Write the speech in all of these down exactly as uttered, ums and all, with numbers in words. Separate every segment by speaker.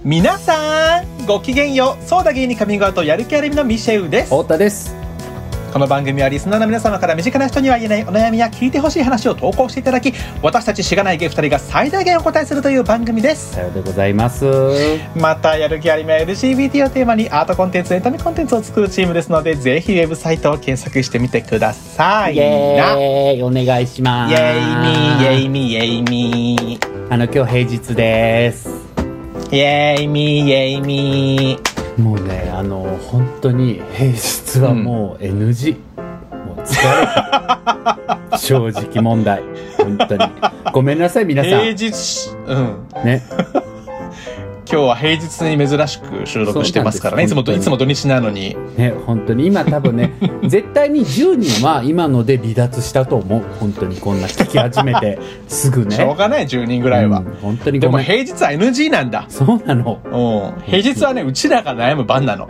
Speaker 1: 皆さんごきげんよう。そうだ芸にカミングアウトやる気ありみのミシェウです。
Speaker 2: 太田です。
Speaker 1: この番組はリスナーの皆様から身近な人には言えないお悩みや聞いてほしい話を投稿していただき、私たちしがないゲイふたりが最大限お答えするという番組です。
Speaker 2: さようでございます。
Speaker 1: またやる気ありみは エルジービーティー をテーマにアートコンテンツエンタメコンテンツを作るチームですので、ぜひウェブサイトを検索してみてください。
Speaker 2: イエーイお願いします。
Speaker 1: イエイミーイエイミーイエイミー。
Speaker 2: あの今日平日です。
Speaker 1: イエイミーイエイミー。
Speaker 2: もうね、あの本当に平日はもう エヌジー、うん、もう疲れた正直問題、本当にごめんなさい皆さん。
Speaker 1: 平日、うん
Speaker 2: ね
Speaker 1: 今日は平日に珍しく収録してますからね。いつもいつも土日なのに
Speaker 2: ね、本当に今多分ね絶対にじゅうにんは今ので離脱したと思う。本当にこんな聞き始めてすぐね
Speaker 1: しょうがないじゅうにんぐらいは、うん、
Speaker 2: 本当にごめん。
Speaker 1: でも平日は エヌジー なんだ。
Speaker 2: そうなの、
Speaker 1: うん、平日はねうちらが悩む番なの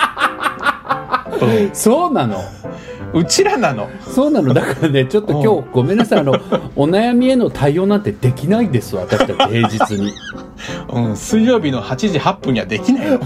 Speaker 2: うん、そうなの
Speaker 1: うちらなの。
Speaker 2: そうなの。だからねちょっと今日ごめんなさい、あのお悩みへの対応なんてできないです私たち平日に
Speaker 1: うん、水曜日のはちじはっぷんにはできないよ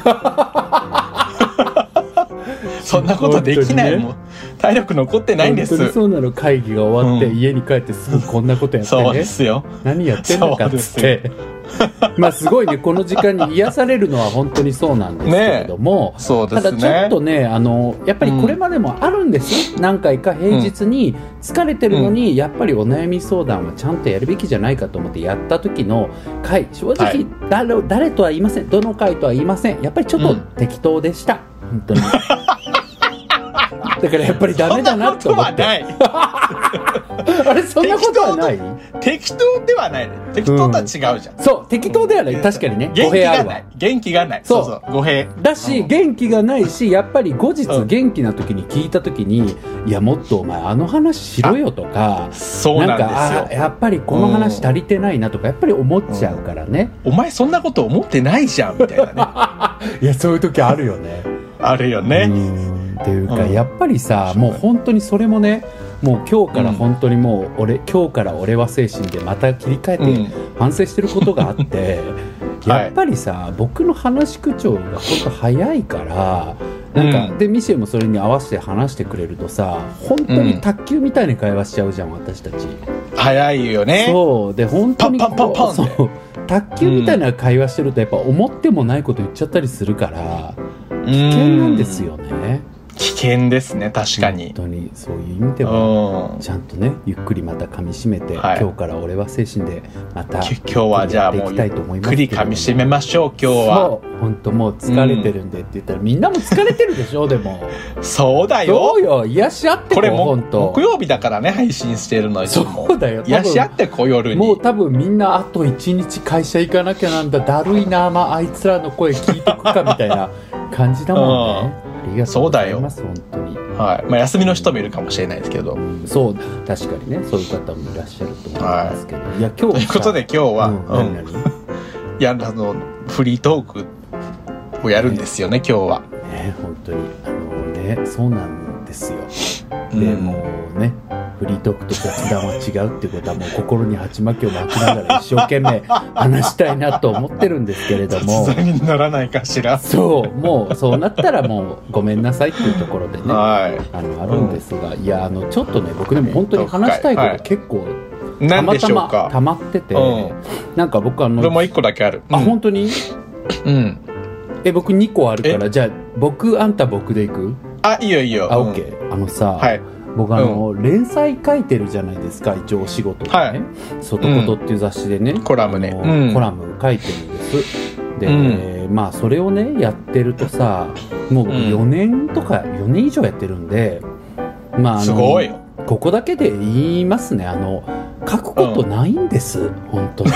Speaker 1: そんなことできない、ね、もう体力残ってないんです。
Speaker 2: 本当にそうなの。会議が終わって、うん、家に帰ってすぐこんなことやってね。
Speaker 1: そうですよ。
Speaker 2: 何やってんのかっつってまあすごいね、この時間に癒されるのは本当にそうなんですけれども、
Speaker 1: ね、そうですね、
Speaker 2: ただちょっとね、あのやっぱりこれまでもあるんですよ、うん、何回か平日に疲れてるのに、うん、やっぱりお悩み相談はちゃんとやるべきじゃないかと思ってやった時の回、正直、はい、誰, 誰とは言いません、どの回とは言いません、やっぱりちょっと適当でした、うん、本当にだからやっぱりダメだなと思って。あれそんなことはない？
Speaker 1: 適当ではない。適当とは違うじゃん、うん、
Speaker 2: そう適当ではない、確かにね。
Speaker 1: 元気がない元気がない。そうそう、語弊
Speaker 2: だし、うん、元気がないし、やっぱり後日元気な時に聞いた時に、うん、いやもっとお前あの話しろよとか、
Speaker 1: そうなんですよ。
Speaker 2: なんかあやっぱりこの話足りてないなとかやっぱり思っちゃうからね、
Speaker 1: うん、お前そんなこと思ってないじゃんみたいな
Speaker 2: ねいやそういう時あるよね
Speaker 1: あるよね。
Speaker 2: うんっていうか、うん、やっぱりさ、もう本当にそれもね、もう今日から本当にもう俺、うん、今日から俺は精神でまた切り替えて反省してることがあって、うん、やっぱりさ、はい、僕の話口調が本当早いからなんか、うん、でミシェルもそれに合わせて話してくれるとさ、本当に卓球みたいに会話しちゃうじゃん、私たち。
Speaker 1: 早いよね。
Speaker 2: そうで本当にこう
Speaker 1: パンパンパンパン
Speaker 2: そう卓球みたいな会話してるとやっぱ思ってもないこと言っちゃったりするから危険なんですよね。
Speaker 1: 危険ですね、確かに。
Speaker 2: 本当にそういう意味ではちゃんとね、ゆっくりまた噛み締めて、はい、今日から俺は精神でまた
Speaker 1: 今日はじゃあもうゆっくり噛み締めましょう。今日は
Speaker 2: そう本当もう疲れてるんでって言ったら、うん、みんなも疲れてるでしょでも
Speaker 1: そうだよ。
Speaker 2: そうよ、癒し合ってこれも本当
Speaker 1: 木曜日だからね配信してるの。
Speaker 2: そうだよ、
Speaker 1: 癒し合ってこ夜に。
Speaker 2: もう多分みんなあと一日会社行かなきゃなんだ、だるいな、まあ、あいつらの声聞いてくかみたいな感じだもんね。ありがとうございます。本当に。
Speaker 1: はい。まあ休みの人もいるかもしれないですけど、うん、
Speaker 2: そう確かにね、そういう方もいらっしゃると思いますけど、はい、いや今日
Speaker 1: ということで今日は、うんうん、
Speaker 2: 何々
Speaker 1: いやあのフリートークをやるんですよね、ね今日は。
Speaker 2: ね本当にあのねそうなんですよ。で、うん、もうねフリートークと雑談は違うっていうことはもう心に鉢巻きを巻きながら一生懸命話したいなと思ってるんですけれども
Speaker 1: 雑談にならないかしら。
Speaker 2: そうもうそうなったらもうごめんなさいっていうところでね、はい、あのあるんですが、うん、いやあのちょっとね僕でも本当に話したいこと結構、はい、たまたまたまってて、うん、なんか僕あの
Speaker 1: 俺もいっこだけある、
Speaker 2: あ、うん、本当にうんえ僕にこあるからじゃあ僕あんた僕でいく。
Speaker 1: あいいよいいよ。
Speaker 2: あ、オッケー。あのさ、はい、僕あの、うん、連載書いてるじゃないですか、一応お仕事でね、はい、外ことっていう雑誌でね、うん、
Speaker 1: コラムね、
Speaker 2: うん、コラム書いてるんですで、うん、まあそれをねやってるとさ、もう僕よねんとかよねん以上やってるんで、まああの
Speaker 1: すごいよ。
Speaker 2: ここだけで言いますね、あの書くことないんです、うん、本当に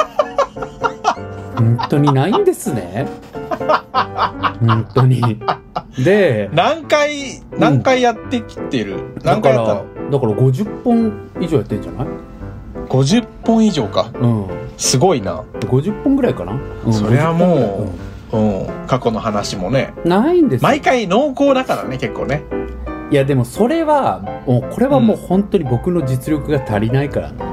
Speaker 2: 本当にないんですね本当に。で
Speaker 1: 何回何回やってきてる、うん、何回やったの？
Speaker 2: だからごじゅっぽん以上やってんじゃない？
Speaker 1: ごじゅっぽん以上か、
Speaker 2: うん、
Speaker 1: すごいな。
Speaker 2: ごじゅっぽんぐらいかな、
Speaker 1: うん、それはもう、うんうん、過去の話もね
Speaker 2: ないんですよ。
Speaker 1: 毎回濃厚だからね結構ね。
Speaker 2: いやでもそれはもうこれはもう本当に僕の実力が足りないからなんですよ、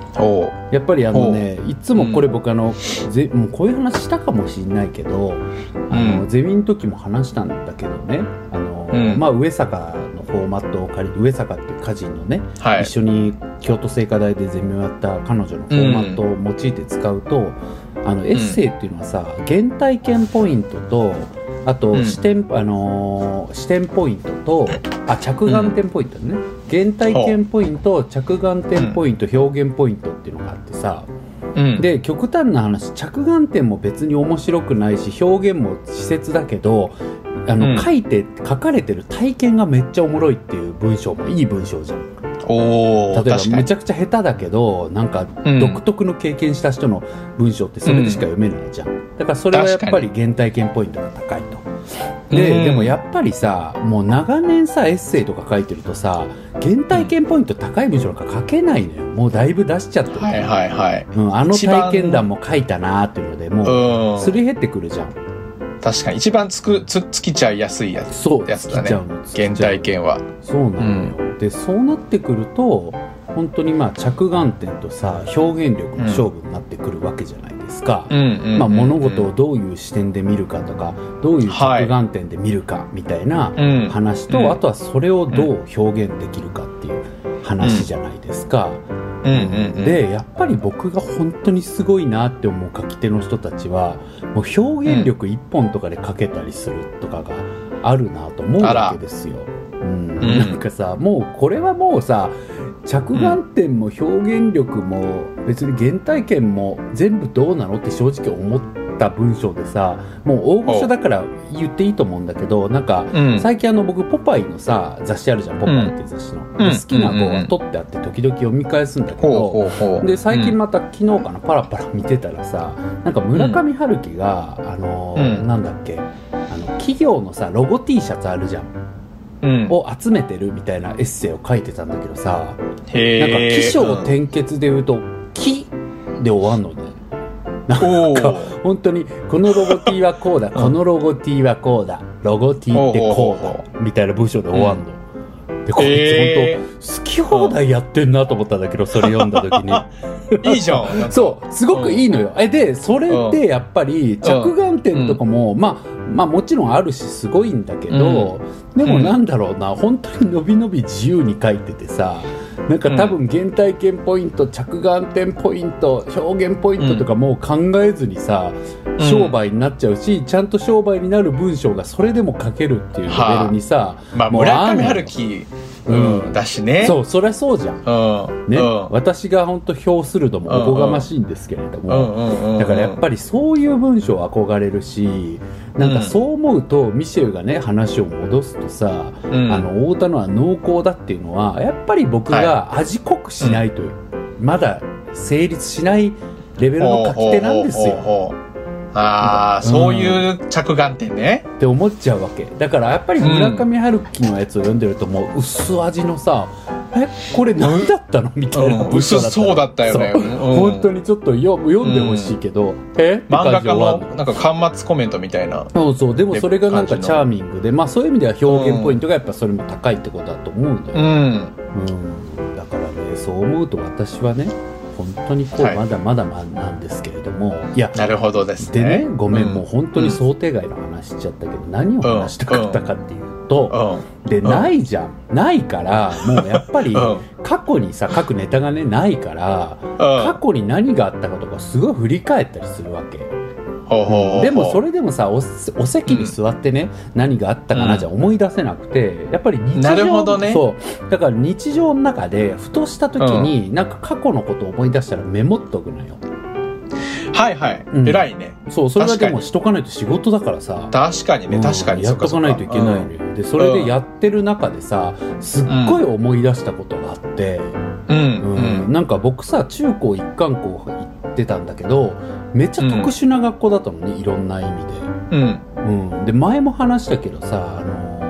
Speaker 1: お
Speaker 2: やっぱりあのねいつもこれ僕あの、うん、ぜもうこういう話したかもしれないけど、あの、うん、ゼミの時も話したんだけどね、あの、うんまあ、上坂のフォーマットを借りて、上坂っていう歌人のね、はい、一緒に京都精華大でゼミをやった彼女のフォーマットを用いて使うと、うん、あのエッセイっていうのはさ、原体験ポイントとあと視点、うんあのー、視点ポイントとあ着眼点ポイントね、うん、原体験ポイント、着眼点ポイント、うん、表現ポイントっていうのがあってさ、うん、で極端な話着眼点も別に面白くないし表現も稚拙だけどあの、うん、書いて書かれてる体験がめっちゃおもろいっていう文章もいい文章じゃん。お例えばめちゃくちゃ下手だけどなんか独特の経験した人の文章ってそれでしか読めないじゃん、うん、だからそれはやっぱり原体験ポイントが高いと。で、うん、でもやっぱりさもう長年さエッセイとか書いてるとさ原体験ポイント高い文章なんか書けないのよ。もうだいぶ出しちゃってる、
Speaker 1: はいはいはい
Speaker 2: うん、あの体験談も書いたなーっていうのでもうすり減ってくるじゃん。
Speaker 1: 確かに一番つくつ尽きちゃいやすいやつ
Speaker 2: そう
Speaker 1: やつだね。
Speaker 2: 尽きちゃうの
Speaker 1: 原体験は
Speaker 2: そうなのよ、うん、でそうなってくると本当にまあ着眼点とさ表現力の勝負になってくるわけじゃないですか、うんまあ、物事をどういう視点で見るかとかどういう着眼点で見るかみたいな話と、はい、あとはそれをどう表現できるかっていう話じゃないですか、うんうんうんうん、でやっぱり僕が本当にすごいなって思う書き手の人たちはもう表現力一本とかで書けたりするとかがあるなと思うわけですよ、うんうん、なんかさもうこれはもうさ着眼点も表現力も別に原体験も全部どうなのって正直思った文章でさもう大御所だから言っていいと思うんだけどなんか、うん、最近あの僕ポパイのさ雑誌あるじゃんポパイっていう雑誌の、うん、好きな子が撮ってあって時々読み返すんだけど、うん、で最近また昨日かなパラパラ見てたらさなんか村上春樹が、うん、あの、うん、なんだっけあの企業のさロゴ T シャツあるじゃんうん、を集めてるみたいなエッセイを書いてたんだけどさへなんか起承転結で言うと「き」で終わんのねなんか本当にこのロゴ T はこうだこのロゴ T はこうだロゴ T ってこうだみたいな文章で終わんの、うん、でこいつ本当好き放題やってんなと思ったんだけどそれ読んだ時に
Speaker 1: いいじゃん
Speaker 2: そうすごくいいのよ、うん、えでそれってやっぱり着眼点とかも、うん、まあまあもちろんあるしすごいんだけど、うん、でもなんだろうな、うん、本当にのびのび自由に書いててさなんか多分原体験ポイント、うん、着眼点ポイント表現ポイントとかもう考えずにさ、うん、商売になっちゃうしちゃんと商売になる文章がそれでも書けるっていうレベルにさ、は
Speaker 1: あ、まあ村上春樹うん、だしね
Speaker 2: そうそりゃそうじゃん、うんねうん、私が本当評するのもおこがましいんですけれども、うんうん、だからやっぱりそういう文章憧れるしなんかそう思うと、うん、ミシェルがね話を戻すとさ、うん、あの太田のは濃厚だっていうのはやっぱり僕が味濃くしないと、はい、まだ成立しないレベルの書き手なんですよ。
Speaker 1: ああ、うん、そういう着眼点ね
Speaker 2: って思っちゃうわけだからやっぱり村上春樹のやつを読んでるともう薄味のさ、うん、えこれ何だったのみたいな、
Speaker 1: うん、薄そうだったよね、うん、
Speaker 2: 本当にちょっとよ読んでほしいけど、うん、え
Speaker 1: 漫画家のなんか巻末コメントみたいな
Speaker 2: そうそうでもそれがなんかチャーミングでまあそういう意味では表現ポイントがやっぱそれも高いってことだと思うんだよ、うんうん、だからねそう思うと私はね本当にこうまだまだなんですけれども、はい、いや
Speaker 1: なるほどですね。
Speaker 2: でねごめん、うん、もう本当に想定外の話しちゃったけど、うん、何を話したかったかっていうと、うん、で、うん、ないじゃんないからもうやっぱり過去にさ書くネタがねないから、うん、過去に何があったかとかすごい振り返ったりするわけ。うん、でもそれでもさ お, お席に座ってね、うん、何があったかなじゃ思い出せなくてやっぱり日常
Speaker 1: なるほど、ね、
Speaker 2: そうだから日常の中でふとした時に、うん、なんか過去のことを思い出したらメモっとくのよ。
Speaker 1: はいはい、うん、偉いね。
Speaker 2: そうそれはでもしとかないと仕事だからさ
Speaker 1: 確かにね、うん、確かに
Speaker 2: やっとかないといけないのよ、うん、でそれでやってる中でさすっごい思い出したことがあって、うんうんうん、なんか僕さ中高一貫校行ってたんだけどめっちゃ特殊な学校だったのね、うん、いろんな意味で、うんうん、で前も話したけどさあの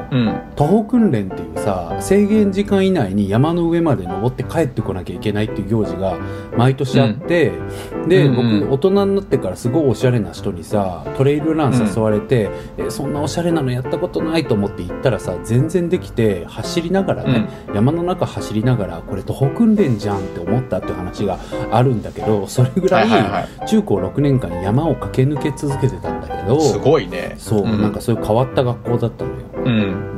Speaker 2: うん、徒歩訓練っていうさ制限時間以内に山の上まで登って帰ってこなきゃいけないっていう行事が毎年あって、うん、で、うんうん、僕大人になってからすごいおしゃれな人にさトレイルラン誘われて、うん、えそんなおしゃれなのやったことないと思って行ったらさ全然できて走りながらね、うん、山の中走りながらこれ徒歩訓練じゃんって思ったっていう話があるんだけどそれぐらい中高ろくねんかん山を駆け抜け続けてたんだけど
Speaker 1: すごいね
Speaker 2: そう、うん、なんかそういう変わった学校だったのよ、うん、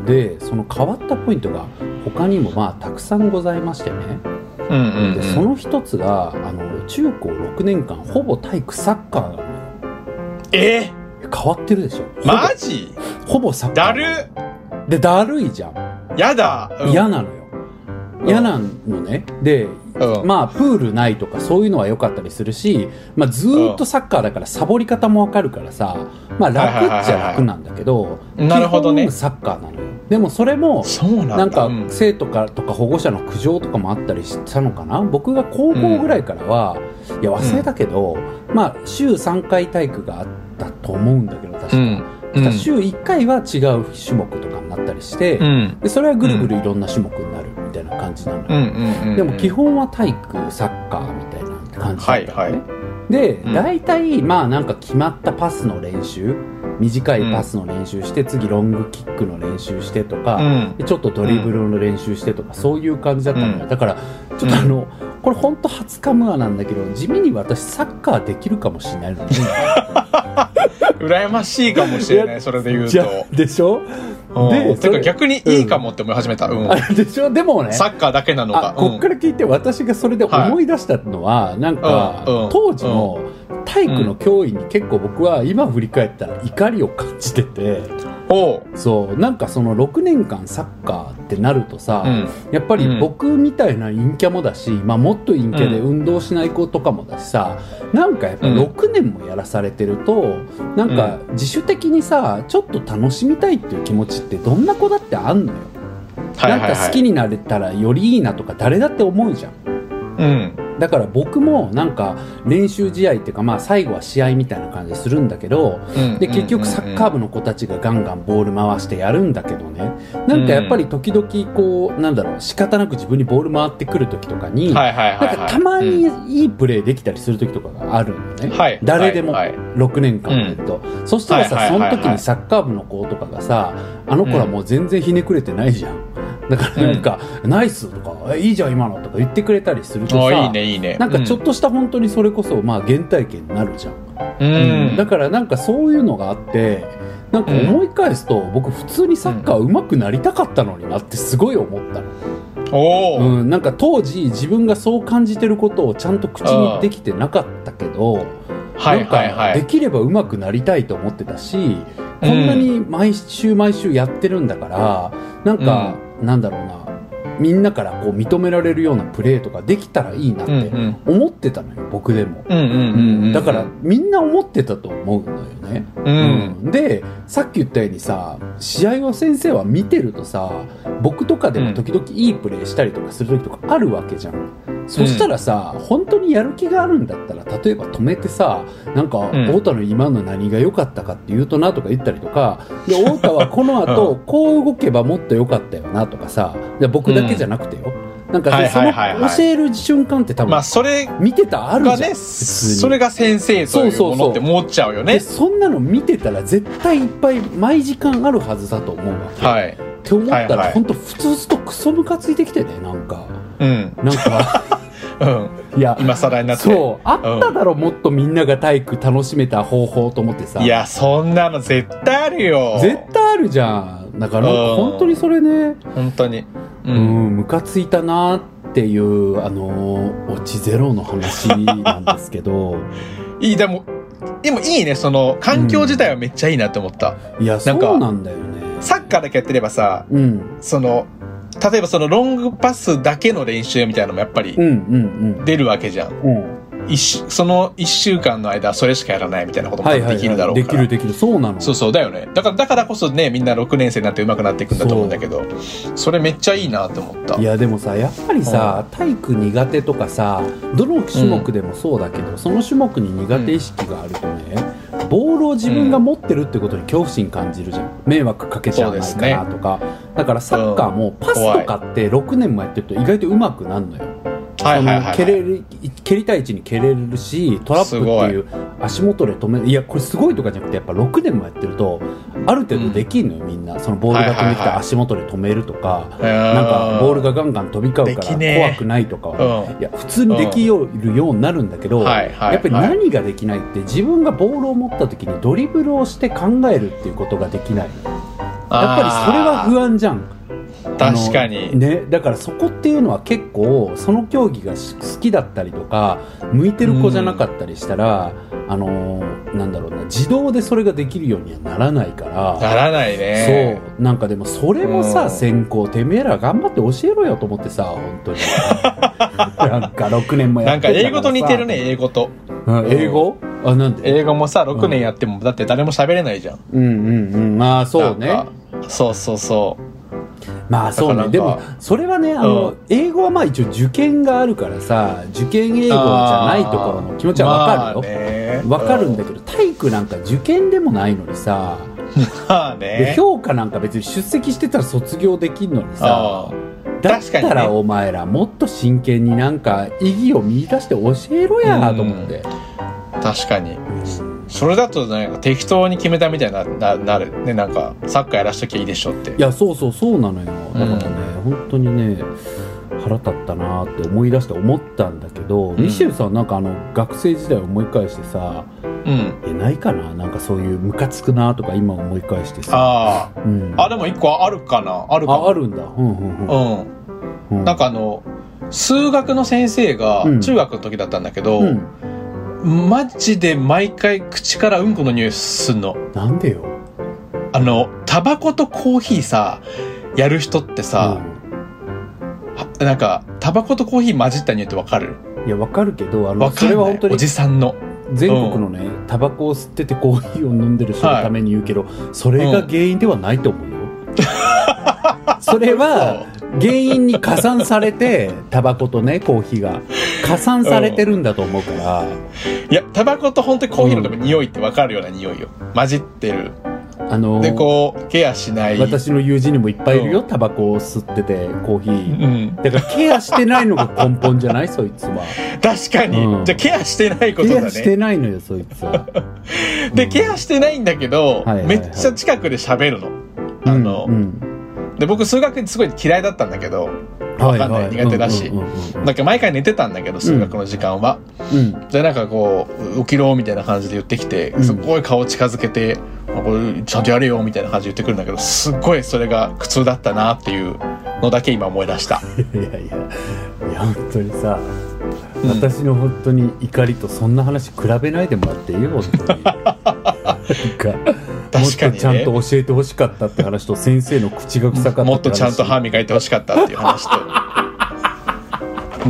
Speaker 2: でその変わったポイントが他にもまあたくさんございましてね、うんうんうん、でその一つがあの中高ろくねんかんほぼ体育サッカーなのよ。
Speaker 1: え
Speaker 2: ー、変わってるでしょ。
Speaker 1: マジ
Speaker 2: ほぼサッカー
Speaker 1: だる
Speaker 2: でだるいじゃん。
Speaker 1: やだ、
Speaker 2: うん、嫌なのよ。嫌なのね。で、うん、まあプールないとかそういうのは良かったりするし、まあ、ずーっとサッカーだからサボり方もわかるからさ、まあ楽っちゃ楽なんだけど、
Speaker 1: なるほどね。
Speaker 2: 基本サッカーなのよ。でもそれもなんか生徒かとか保護者の苦情とかもあったりしたのかな。僕が高校ぐらいからは、うん、いや忘れたけど、うん、まあ週さんかい体育があったと思うんだけど確か。うんうん、週いっかいは違う種目とかになったりして、うん、でそれはぐるぐるいろんな種目になるみたいな感じなのよ、うんうんうん、でも基本は体育サッカーみたいな感じだったのね、はいはい、で、うん、大体まあなんか決まったパスの練習短いパスの練習して、うん、次ロングキックの練習してとか、うん、ちょっとドリブルの練習してとか、うん、そういう感じだったのよ、うん、だからちょっとあの、うん、これほんと初カムアなんだけど地味に私サッカーできるかもしれないのね
Speaker 1: 羨ましいかもしれないそれで言うと
Speaker 2: でしょ
Speaker 1: でてか逆にいいかもって思い始めた、うん、
Speaker 2: あれでしょでもね
Speaker 1: サッカーだけなのか、
Speaker 2: うん、こっから聞いて私がそれで思い出したのは、はい、なんか、うん、当時の体育の教員に結構僕は今振り返ったら怒りを感じてて、おそうなんかそのろくねんかんサッカーってなるとさ、うん、やっぱり僕みたいな陰キャもだし、まあ、もっと陰キャで運動しない子とかもだしさ、うん、なんかやっぱろくねんもやらされてるとなんか自主的にさちょっと楽しみたいっていう気持ちってどんな子だってあんのよ、はいはいはい、なんか好きになれたらよりいいなとか誰だって思うじゃん、うん、だから僕もなんか練習試合っていうかまあ最後は試合みたいな感じするんだけど、うん、で結局サッカー部の子たちがガンガンボール回してやるんだけどねなんかやっぱり時々こうなんだろう仕方なく自分にボール回ってくる時とかになんかたまにいいプレーできたりする時とかがあるのね、はい、誰でもろくねんかんやると、うん、そしたらさ、はいはいはいはい、その時にサッカー部の子とかがさあの子らもう全然ひねくれてないじゃん、だからなんか、うん、ナイスとかいいじゃん今のとか言ってくれたりするとさ
Speaker 1: いいねいいね
Speaker 2: なんかちょっとした本当にそれこそまあ原体験になるじゃん、うんうん、だからなんかそういうのがあってなんか思い返すと、うん、僕普通にサッカー上手くなりたかったのになってすごい思ったの、おうん、なんか当時自分がそう感じてることをちゃんと口にできてなかったけどなんかできれば上手くなりたいと思ってたしこんなに毎週毎週やってるんだからなんか、うん、なんだろうなみんなからこう認められるようなプレーとかできたらいいなって思ってたのよ、うんうん、僕でも、うんうんうんうん、だからみんな思ってたと思うんだよね、うんうん、でさっき言ったようにさ試合を先生は見てるとさ僕とかでも時々いいプレーしたりとかする時とかあるわけじゃん、うん、そしたらさ本当にやる気があるんだったら例えば止めてさなんか、うん、太田の今の何が良かったかって言うとなとか言ったりとかで太田はこの後こう動けばもっと良かったよなとかさで僕だけじゃなくてよ、うん、なんか、はいはいはいはい、その教える瞬間って多分、まあ、それ見てたあるじゃん、ね、普通にそ
Speaker 1: れが先生というものって思っちゃうよね。
Speaker 2: そうそうそうでそんなの見てたら絶対いっぱい毎時間あるはずだと思うわけ、はい、って思ったら、はいはい、ほんとふつふつとクソムカついてきてねなんか、うん、なんか
Speaker 1: うん、いや今更になって
Speaker 2: そうあっただろ、うん、もっとみんなが体育楽しめた方法と思ってさ
Speaker 1: いやそんなの絶対あるよ
Speaker 2: 絶対あるじゃんだから本当にそれね
Speaker 1: 本当に
Speaker 2: うんムカついたなっていうあのオチゼロの話なんですけど
Speaker 1: いいでもでもいいねその環境自体はめっちゃいいなって思った、
Speaker 2: うん、いやそうなんだよね
Speaker 1: サッカーだけやってればさ、うん、その例えばそのロングパスだけの練習みたいなのもやっぱり出るわけじゃん、うんうんうん、一そのいっしゅうかんの間それしかやらないみたいなこともできるだろうから、はいはいはい、できるできるそうなのそうそうだよねだからだからこそねみんなろくねん生になって上手くなっていくんだと思うんだけど そ, それめっちゃいいなと思った
Speaker 2: いやでもさやっぱりさ、うん、体育苦手とかさどの種目でもそうだけど、うん、その種目に苦手意識があるとね、うん、 ボールを自分が持ってるってことに恐怖心感じるじゃん、迷惑かけちゃわないかなとか、ね、だからサッカーもパスとかってろくねんもやってると意外と上手くなるのよ。
Speaker 1: はいはいはい、
Speaker 2: 蹴れる蹴りたい位置に蹴れるし、トラップっていう足元で止める、いやこれすごいとかじゃなくて、やっぱろくねんもやってるとある程度できんのよ、うん、みんな。そのボールが飛んできた足元で止めるとか、はいはいはい、なんかボールがガンガン飛び交うから怖くないとか、うん、いや普通にできるようになるんだけど、うん、やっぱり何ができないって、自分がボールを持った時にドリブルをして考えるっていうことができない。やっぱりそれは不安じゃん。
Speaker 1: 確かに、
Speaker 2: ね、だからそこっていうのは結構その競技が好きだったりとか向いてる子じゃなかったりしたら、うん、あのなんだろうな、自動でそれができるようにはならないから。
Speaker 1: ならないね。
Speaker 2: そう、なんかでもそれもさ、うん、先行てめえら頑張って教えろよと思ってさ、本当になんかろくねんもやってんだからさ。なんか
Speaker 1: 英語と似てるね、英語と、
Speaker 2: うん、英語、あ、なんで
Speaker 1: 英語もさろくねんやっても、うん、だって誰も喋れないじゃん。
Speaker 2: うんうんうん、まあそうね、
Speaker 1: そうそうそう、
Speaker 2: まあそうね。でもそれはね、あの、うん、英語はまあ一応受験があるからさ、受験英語じゃないところの気持ちは分かるよ、まあ、分かるんだけど、体育なんか受験でもないのにさ、まあね、で評価なんか別に出席してたら卒業できんのにさ、だったらお前らもっと真剣になんか意義を見出して教えろやと思って。
Speaker 1: 確かに、うん、それだとなんか適当に決めたみたいに な, な, なるね。なんかサッカーやらしときゃいいでしょって。
Speaker 2: いやそうそうそうなのよ。だからね、うん、本当にね腹立ったなって思い出して思ったんだけど、うん、ミシェルさんなんかあの学生時代を思い返してさ、うん、えないかな、なんかそういうムカつくなとか今思い返してさ。
Speaker 1: あ、うん、あでも一個あるかな、あるかも。
Speaker 2: あ、あるんだ。うんうんうん、
Speaker 1: うん、なんかあの数学の先生が中学の時だったんだけど、うんうんマジで毎回口からうんこの匂いすんの。
Speaker 2: なんでよ。
Speaker 1: あのタバコとコーヒーさやる人ってさ、うん、なんかタバコとコーヒー混じった匂いってわかる？
Speaker 2: いやわかるけど、あの
Speaker 1: それは本当におじさんの
Speaker 2: 全国のね、うん、タバコを吸っててコーヒーを飲んでる人のために言うけど、はい、それが原因ではないと思うよ、うん、それは原因に加算されてタバコとねコーヒーが加算されてるんだと思うから、うん、
Speaker 1: いやタバコと本当にコーヒーの匂いって分かるような匂いよ、混じってる。あのー、でこうケアしない。
Speaker 2: 私の友人にもいっぱいいるよ、うん、タバコを吸っててコーヒー、うん、だからケアしてないのが根本じゃないそいつは。
Speaker 1: 確かに、うん、じゃあケアしてないことだね。
Speaker 2: ケアしてないのよそいつは
Speaker 1: で、うん、ケアしてないんだけど、はいはいはい、めっちゃ近くで喋るの、あの、うんうんで僕数学すごい嫌いだったんだけど、わかんない、はいはい、苦手だし、なんか毎回寝てたんだけど数学の時間は、うん、でなんかこう起きろみたいな感じで言ってきて、すごい顔近づけて、うん、これちゃんとやれよみたいな感じで言ってくるんだけど、すっごいそれが苦痛だったなっていうのだけ今思い出した。
Speaker 2: いやいやいや本当にさ、うん、私の本当に怒りとそんな話比べないでもらっていいよ本当に。なんかもっとちゃんと教えてほしかったって話と、先生の口が臭かったって話、
Speaker 1: もっとちゃんと歯磨いてほしかったっていう話とうん、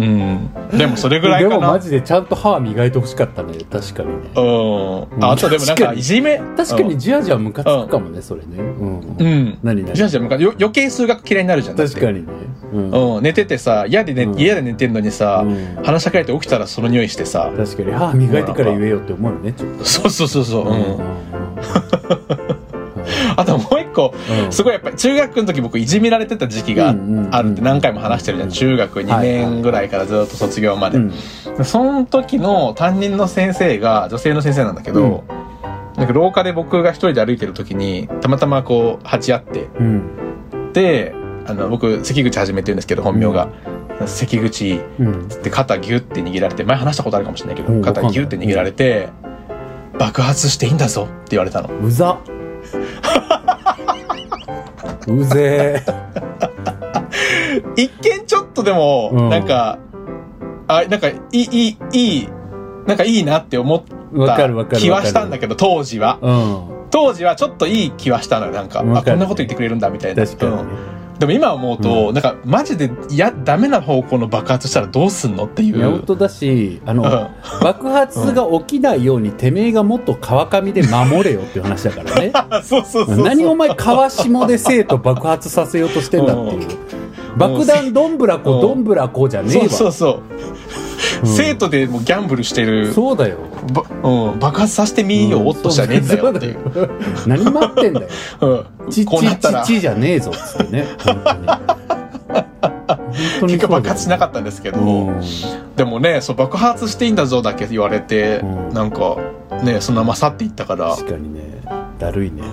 Speaker 1: でもそれぐらいかな。
Speaker 2: でもマジでちゃんと歯磨いてほしかったね、確かにね。
Speaker 1: うん。あとでもなんかいじめ、
Speaker 2: 確かにじわじわムカつくかもね、うん、それね。うん。
Speaker 1: うん。何何じわじわムカつく。余計数学嫌いになるじゃん。
Speaker 2: 確かにね。
Speaker 1: うん。うん、寝ててさ、家でね、うん、家で寝てるのにさ、うん、話しかけて起きたらその匂いしてさ。
Speaker 2: 確かに歯磨いてから言えよって思うよね、ちょっと。
Speaker 1: そうそうそうそう。うん。あともう一個、うん、すごいやっぱり中学の時僕いじめられてた時期があるって何回も話してるじゃん、うんうん、中学にねんぐらいからずっと卒業まで、はいはい、その時の担任の先生が女性の先生なんだけど、うん、なんか廊下で僕が一人で歩いてる時にたまたまこう鉢合って、うん、であの僕関口始めてるんですけど本名が、うん、関口って肩ギュッて握られて、前話したことあるかもしれないけど、うん、肩ギュッて握られて、うん、爆発していいんだぞって言われたの。
Speaker 2: うざうぜ
Speaker 1: ー一見ちょっとでも、うん、なんかあなんかいいいいいいなんかいいなって思った気はしたんだけど、当時は、うん、当時はちょっといい気はしたのよ。なんかあこんなこと言ってくれるんだみたいな。
Speaker 2: 確かに、うん
Speaker 1: でも今思うと、うん、なんかマジでいやダメな方向の爆発したらどうすんのっていう。
Speaker 2: いや本当だし、あの、うん、爆発が起きないようにてめえがもっと川上で守れよっていう話だからね。
Speaker 1: そうそうそうそう。
Speaker 2: 何お前川下で生徒爆発させようとしてんだっていう。うん、爆弾どんぶらこ、うん、どんぶらこじゃねえわ。
Speaker 1: そうそうそう。 生徒でもギャンブルしてる。
Speaker 2: そうだよ、
Speaker 1: うん、爆発させてみーよ、おっとじゃねえんだよっていう。
Speaker 2: 何待ってんだよ、うん、ち
Speaker 1: こうなったら
Speaker 2: ちちじゃねえぞっつってね、本当に
Speaker 1: 結果爆発しなかったんですけど、うん、でもね、そう爆発していいんだぞだけ言われて、うん、なんかね、そんな勝っていったから、
Speaker 2: 確かにね、だるいね、
Speaker 1: うん、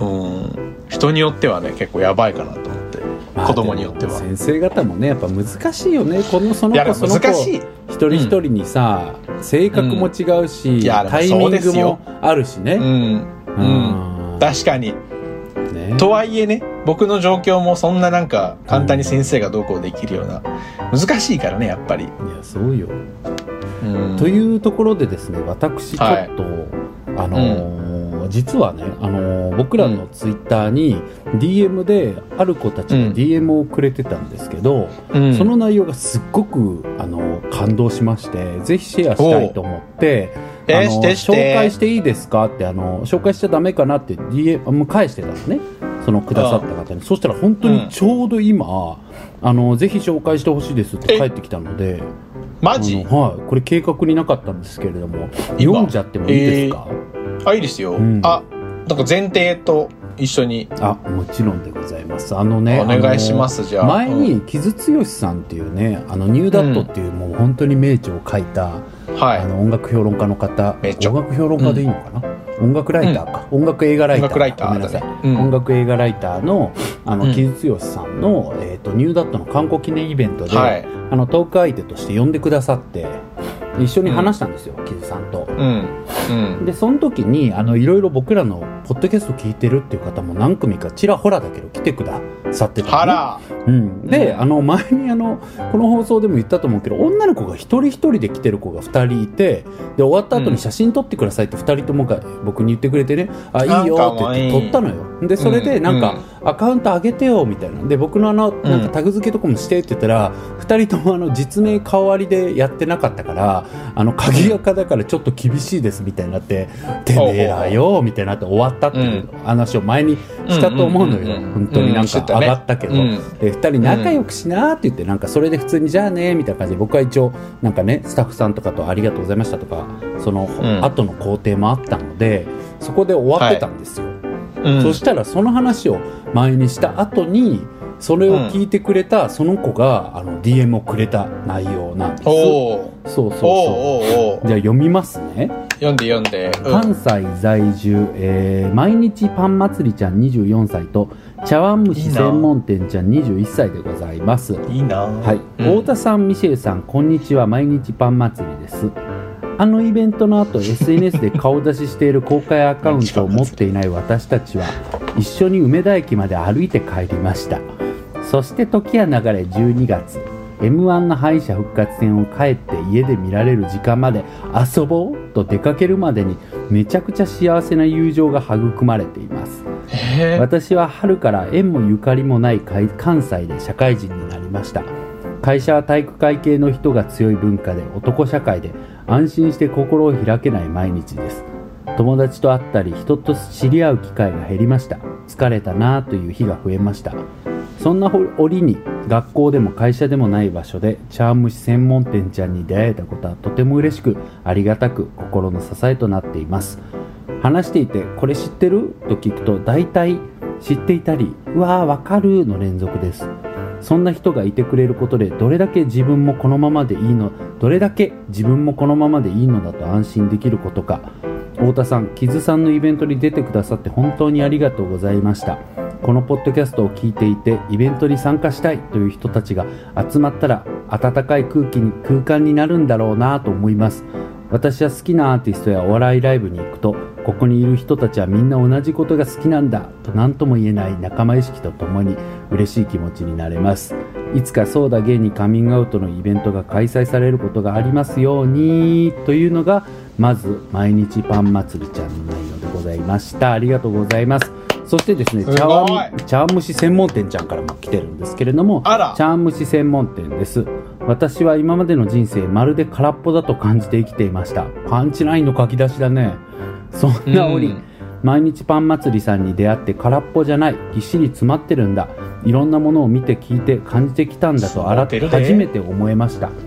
Speaker 1: 人によってはね結構やばいかなと思って、まあ、子供によっては
Speaker 2: 先生方もねやっぱ難しいよね、このその子その子一人一人にさ、うん、性格も違うし、うん、タイミングもあるしね、うん、
Speaker 1: うんうん、確かに、ね、とはいえね、僕の状況もそんななんか簡単に先生がどうこうできるような、うん、難しいからねやっぱり。いや
Speaker 2: そうよ、うん、というところでですね、私ちょっと、はい、あのーうん、実はね、あのー、僕らのツイッターに ディーエム である子たちが ディーエム をくれてたんですけど、うん、その内容がすっごく、あのー、感動しまして、ぜひシェアしたいと思って、あのー、してして紹介していいですかって、あのー、紹介しちゃダメかなって ディーエム 返してたのね、そのくださった方に。そしたら本当にちょうど今、うん、あのぜひ紹介してほしいですって返ってきたので、
Speaker 1: マジ？
Speaker 2: はい、これ計画になかったんですけれども、読んじゃってもいいですか？
Speaker 1: えー、あ、いいですよ、うん、あ、なんか前提と一緒に。あ、
Speaker 2: もちろんでございます。あのね、
Speaker 1: お願いします。じゃあ
Speaker 2: 前に木津剛さんっていうね、あのニューダットっていう、もう本当に名著を書いた、うん、あの音楽評論家の方、音楽評論家でいいのかな、うん、音楽ライターか、うん、音楽映画ライター、音楽ライター、ごめんなさい、うん、音楽映画ライターのあの木津剛さんの、えーと、ニューダットの観光記念イベントで、はい、あのトーク相手として呼んでくださって一緒に話したんですよ、木津さんと、うんうん、でその時にあのいろいろ僕らのポッドキャスト聞いてるっていう方も何組かちらほらだけど来てくださってたの、ね、うん、で、うん、あの前にあのこの放送でも言ったと思うけど、女の子が一人一人で来てる子がふたりいて、で終わった後に写真撮ってくださいってふたりともが僕に言ってくれてね、あ、いいよって言って撮ったのよ。でそれでなんか、うん、アカウント上げてよみたいなで、僕のあのなんかタグ付けとかもしてって言ったら、うん、ふたりともあの実名顔割りでやってなかったから、あの鍵垢だからちょっと厳しいですみたいになって、うん、てめえらよみたいになって終わったっていう話を前にしたと思うのよ、うんうんうんうん、本当になんか上がったけど、うんね、でふたり仲良くしなって言って、なんかそれで普通にじゃあねみたいな感じで、僕は一応なんかねスタッフさんとかとありがとうございましたとか、その後の工程もあったので、そこで終わってたんですよ、はい、うん、そしたらその話を前にした後にそれを聞いてくれたその子が、うん、あの ディーエム をくれた内容なんです。おそうそうそう。おおおじゃあ読みますね。
Speaker 1: 読んで読んで、
Speaker 2: うん、関西在住、えー、毎日パン祭りちゃんにじゅうよんさいと茶碗蒸し専門店ちゃんにじゅういっさいでございます。
Speaker 1: いいな、
Speaker 2: はい、うん、太田さん、ミシェルさん、こんにちは。毎日パン祭りです。あのイベントの後 エスエヌエス で顔出ししている公開アカウントを持っていない私たちは一緒に梅田駅まで歩いて帰りました。そして時は流れじゅうにがつ、 エムワン の敗者復活戦を帰って家で見られる時間まで遊ぼうと出かけるまでにめちゃくちゃ幸せな友情が育まれています。私は春から縁もゆかりもない関西で社会人になりました。会社は体育会系の人が強い文化で男社会で安心して心を開けない毎日です。友達と会ったり人と知り合う機会が減りました。疲れたなという日が増えました。そんな折に学校でも会社でもない場所で茶碗蒸し専門店ちゃんに出会えたことはとても嬉しくありがたく心の支えとなっています。話していてこれ知ってると聞くと大体知っていたりうわーわかるの連続です。そんな人がいてくれることでどれだけ自分もこのままでいいのどれだけ自分もこのままでいいのだと安心できることか。太田さん、木津さんのイベントに出てくださって本当にありがとうございました。このポッドキャストを聞いていてイベントに参加したいという人たちが集まったら温かい空気に空間になるんだろうなと思います。私は好きなアーティストやお笑いライブに行くとここにいる人たちはみんな同じことが好きなんだと何とも言えない仲間意識とともに嬉しい気持ちになれます。いつかそうだゲイにカミングアウトのイベントが開催されることがありますようにというのがまず毎日パン祭りちゃんの内容でございました。ありがとうございます。そしてですね、茶碗茶碗蒸し専門店ちゃんからも来てるんですけれども、茶碗蒸し専門店です。私は今までの人生まるで空っぽだと感じて生きていました。パンチラインの書き出しだね。そんな折、毎日パン祭りさんに出会って空っぽじゃない、ぎっしり詰まってるんだ、いろんなものを見て聞いて感じてきたんだと改め初めて思えました。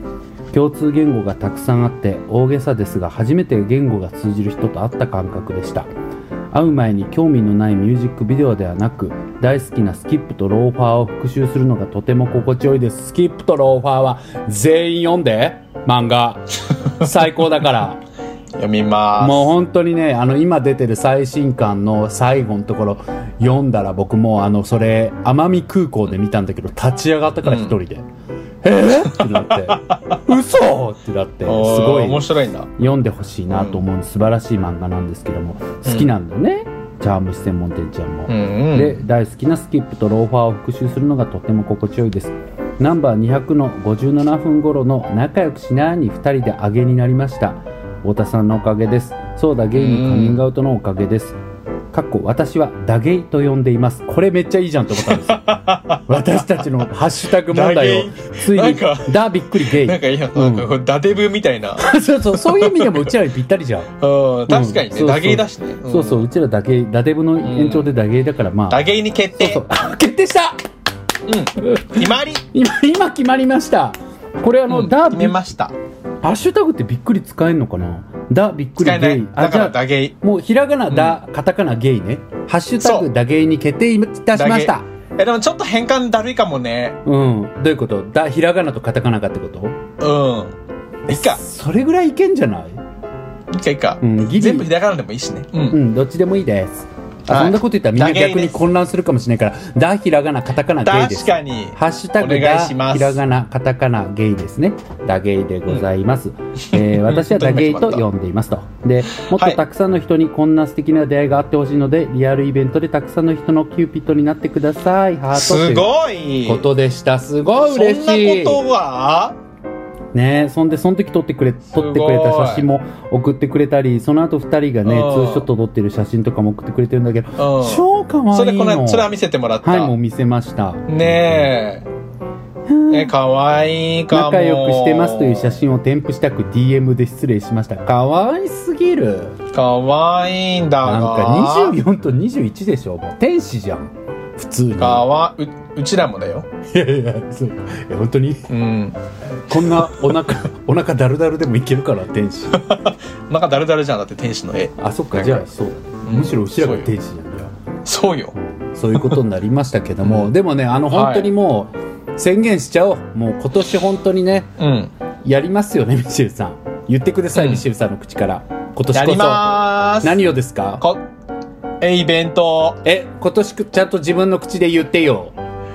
Speaker 2: 共通言語がたくさんあって大げさですが初めて言語が通じる人と会った感覚でした。会う前に興味のないミュージックビデオではなく大好きなスキップとローファーを復習するのがとても心地よいです。スキップとローファーは全員読んで漫画最高だから
Speaker 1: 読みます。
Speaker 2: もう本当にね、あの今出てる最新刊の最後のところ読んだら僕もあのそれ奄美空港で見たんだけど立ち上がったから一人で、うん、えー、ってなって嘘ってなってすごい
Speaker 1: 面白いんだ。
Speaker 2: 読んでほしいなと思う、うん、素晴らしい漫画なんですけども好きなんだよね、うん、茶碗蒸し専門店ちゃんも、うんうん、で大好きなスキップとローファーを復習するのがとても心地よいです。ナンバーにひゃくのごじゅうななふん頃の仲良くしなにふたりで上げになりました。太田さんのおかげです。そうだゲイのカミングアウトのおかげです。かっこ私はダゲイと呼んでいます。これめっちゃいいじゃんと思ったんですよ私たちのハッシュタグ問題をついにダびっくりゲイ
Speaker 1: なんかいいや、うん、なんかダデブみたいな
Speaker 2: そうそう、そういう意味でもうちらにぴったりじゃん
Speaker 1: うん、確かにね、うん、ダゲイだしね、
Speaker 2: うん、そうそう、うちらダゲイダデブの延長でダゲイだから、まあ
Speaker 1: ダゲイに決定。
Speaker 2: そうそう決定した
Speaker 1: うん決まり
Speaker 2: 今今決まりました。これあの、うん、ダ
Speaker 1: 決めました。
Speaker 2: ハッシュタグってびっくり使えるのかな。ダびっくりゲイ。
Speaker 1: あ、じゃあダゲイ。
Speaker 2: もうひらがなダ、うん、カタカナゲイね。ハッシュタグダゲイに決定いたしました。
Speaker 1: え、でもちょっと変換だるいかもね。
Speaker 2: うん。どういうこと？ダひらがなとカタカナかってこと？
Speaker 1: うん。いいか。
Speaker 2: それぐらいいけんじゃない？
Speaker 1: いいかいいか。
Speaker 2: うん、
Speaker 1: 全部ひらがなでもいいしね。
Speaker 2: うん、うん、どっちでもいいです。そんなこと言ったらみんな逆に混乱するかもしれないからダひらがなカタカナゲイです。
Speaker 1: 確かに
Speaker 2: ハッシュタグダひらがなカタカナゲイですね。ダゲイでございます、うんえー、私はダゲイと呼んでいますと。でもっとたくさんの人にこんな素敵な出会いがあってほしいので、はい、リアルイベントでたくさんの人のキューピッドになってください。ハート
Speaker 1: すごい
Speaker 2: ことでした。すごい嬉しい。
Speaker 1: そんなことは
Speaker 2: ね、そんでその時撮ってくれ撮ってくれた写真も送ってくれたり、その後ふたりがね、うん、ツーショット撮ってる写真とかも送ってくれてるんだけど、うん、超かわいいの。
Speaker 1: それこのそれは見せてもらった。
Speaker 2: はい、もう見せました
Speaker 1: ねええ、かわいいかも。
Speaker 2: 仲良くしてますという写真を添付したく ディーエム で失礼しました。かわいすぎる。か
Speaker 1: わいいんだが
Speaker 2: なんかにじゅうよんとにじゅういちでしょ。もう天使じゃん普通に。
Speaker 1: かわううちらもだよ。
Speaker 2: いやいやそういや本当に、うん、こんなお腹お腹だるだるでもいけるから天使
Speaker 1: お腹だるだるじゃん。だって天使の絵。
Speaker 2: あ、そっか。じゃあそう、うん、むしろうちらが天使なんだよ。
Speaker 1: そうよ、
Speaker 2: うん、そういうことになりましたけども、うん、でもね、あの本当にもう宣言しちゃおう。もう今年本当にね、うん、やりますよね。ミシェルさん言ってください、うん、ミシェルさんの口から今年こそ
Speaker 1: やりまーす。
Speaker 2: 何をですか？
Speaker 1: こえイベント。
Speaker 2: え今年ちゃんと自分の口で言ってよ。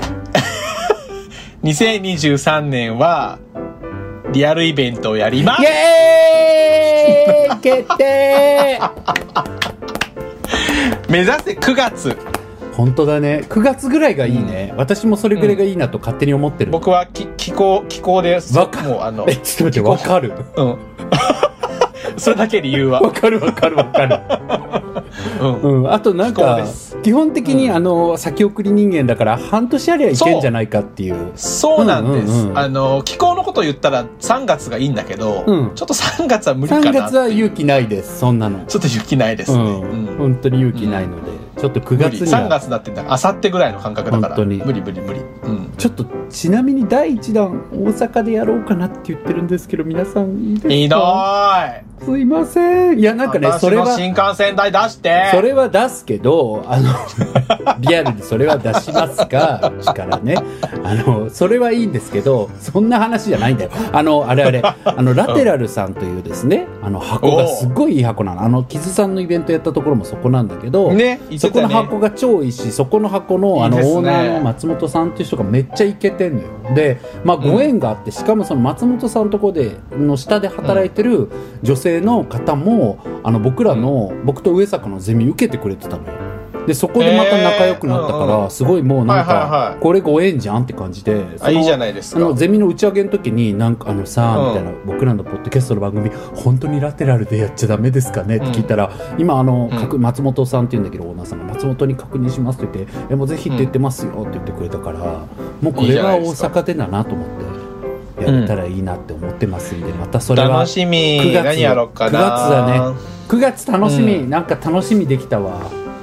Speaker 1: にせんにじゅうさんねんはリアルイベントをやります。
Speaker 2: イエーイ決定
Speaker 1: 目指せくがつ。
Speaker 2: 本当だね、くがつぐらいがいいね、うん、私もそれぐらいがいいなと勝手に思ってる、
Speaker 1: うん、僕はき気候気候で
Speaker 2: わかる。もうあのえちょっと待ってわかる。うん
Speaker 1: それだけ理由は
Speaker 2: わかるわかるわかるうんうん、あとなんか基本的に、うん、あの先送り人間だから半年ありゃいけんじゃないかっていう。
Speaker 1: そうなんです、うんうんうん、あの気候のこと言ったらさんがつがいいんだけど、うん、ちょっとさんがつは無理かな。
Speaker 2: さんがつは勇気ないです。そんなの
Speaker 1: ちょっと勇気ないですね、うん
Speaker 2: うん、本当に勇気ないので、うん、ちょっとくがつには
Speaker 1: さんがつだってあさってぐらいの感覚だから無理無理無理、
Speaker 2: うん、ちょっとちなみにだいいちだん大阪でやろうかなって言ってるんですけど皆さんいいですか？
Speaker 1: ひどい。
Speaker 2: すいません。いやなんかね、それは
Speaker 1: 新幹線代出して
Speaker 2: それは出すけどあのリアルにそれは出しますがうちからね、あのそれはいいんですけどそんな話じゃないんだよ。あのあれあれあのラテラルさんというですね、あの箱がすごいいい箱なの。あのキズさんのイベントやったところもそこなんだけど、ね、そこの箱が超いいし、そこの箱のあのオーナーの松本さんっていう人がめっちゃイケてんのよ。でまあご縁があって、しかもその松本さんのとこでの下で働いてる女性の方もあの僕らの、うん、僕と上坂のゼミ受けてくれてたのよ。でそこでまた仲良くなったから、えーうん、すごいもうなんか、はいはいはい、これご縁じゃんって感じで、
Speaker 1: あいいじゃないですか。
Speaker 2: あのゼミの打ち上げの時になんかあのさ、うん、みたいな、僕らのポッドキャストの番組本当にラテラルでやっちゃダメですかねって聞いたら、うん、今あの、うん、松本さんって言うんだけどオーナーさんが松本に確認しますって言って、えもうぜひって言ってますよって言ってくれたから、もうこれは大阪でだなと思ってやれたらいいなって思ってますんで、うん、またそれは
Speaker 1: 楽しみ。何やろうかな。
Speaker 2: くがつだね。くがつ楽しみ、うん、なんか楽しみできたわ。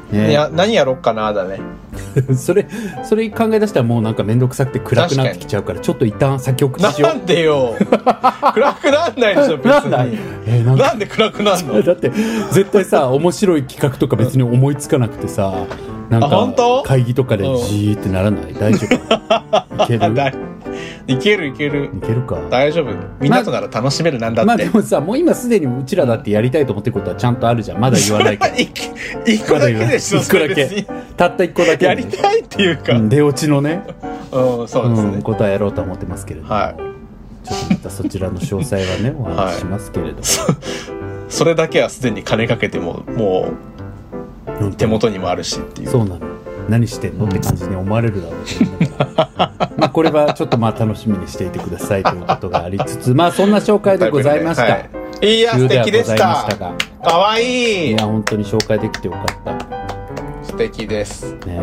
Speaker 1: ね、いや何やろっかなだね
Speaker 2: それそれ考え出したらもうなんか面倒くさくて暗くなってきちゃうからちょっと一旦先送りしよう。
Speaker 1: なんでよ暗くなんないでしょ別に
Speaker 2: なん, えー、なん,
Speaker 1: なんで暗くなんの
Speaker 2: だって絶対さ面白い企画とか別に思いつかなくてさなんか会議とかでジーってならない？大丈夫？いける？
Speaker 1: いけるいける
Speaker 2: いけるか
Speaker 1: 大丈夫みんなとなら楽しめるなんだって、
Speaker 2: まあ、まあでもさもう今すでにうちらだってやりたいと思ってることはちゃんとあるじゃん。まだ言わないけど
Speaker 1: 一個だけでしょ。
Speaker 2: 一個だけたった一個だけ
Speaker 1: やりたいっていうか、
Speaker 2: うん、出落ちのね、
Speaker 1: うん、そうですね、
Speaker 2: うん、ことはやろうと思ってますけれども、
Speaker 1: はい、
Speaker 2: ちょっとまたそちらの詳細はねお話ししますけれども、はい、
Speaker 1: そ, それだけはすでに金かけてももう手元にもあるしっていう。
Speaker 2: そうなの何してんのって感じに思われるだろうけど、ね、まあこれはちょっとまあ楽しみにしていてくださいということがありつつまあそんな紹介でございました、はい、
Speaker 1: いや素敵でしたかわいい。
Speaker 2: いや本当に紹介できてよかった。
Speaker 1: 素敵です
Speaker 2: ね。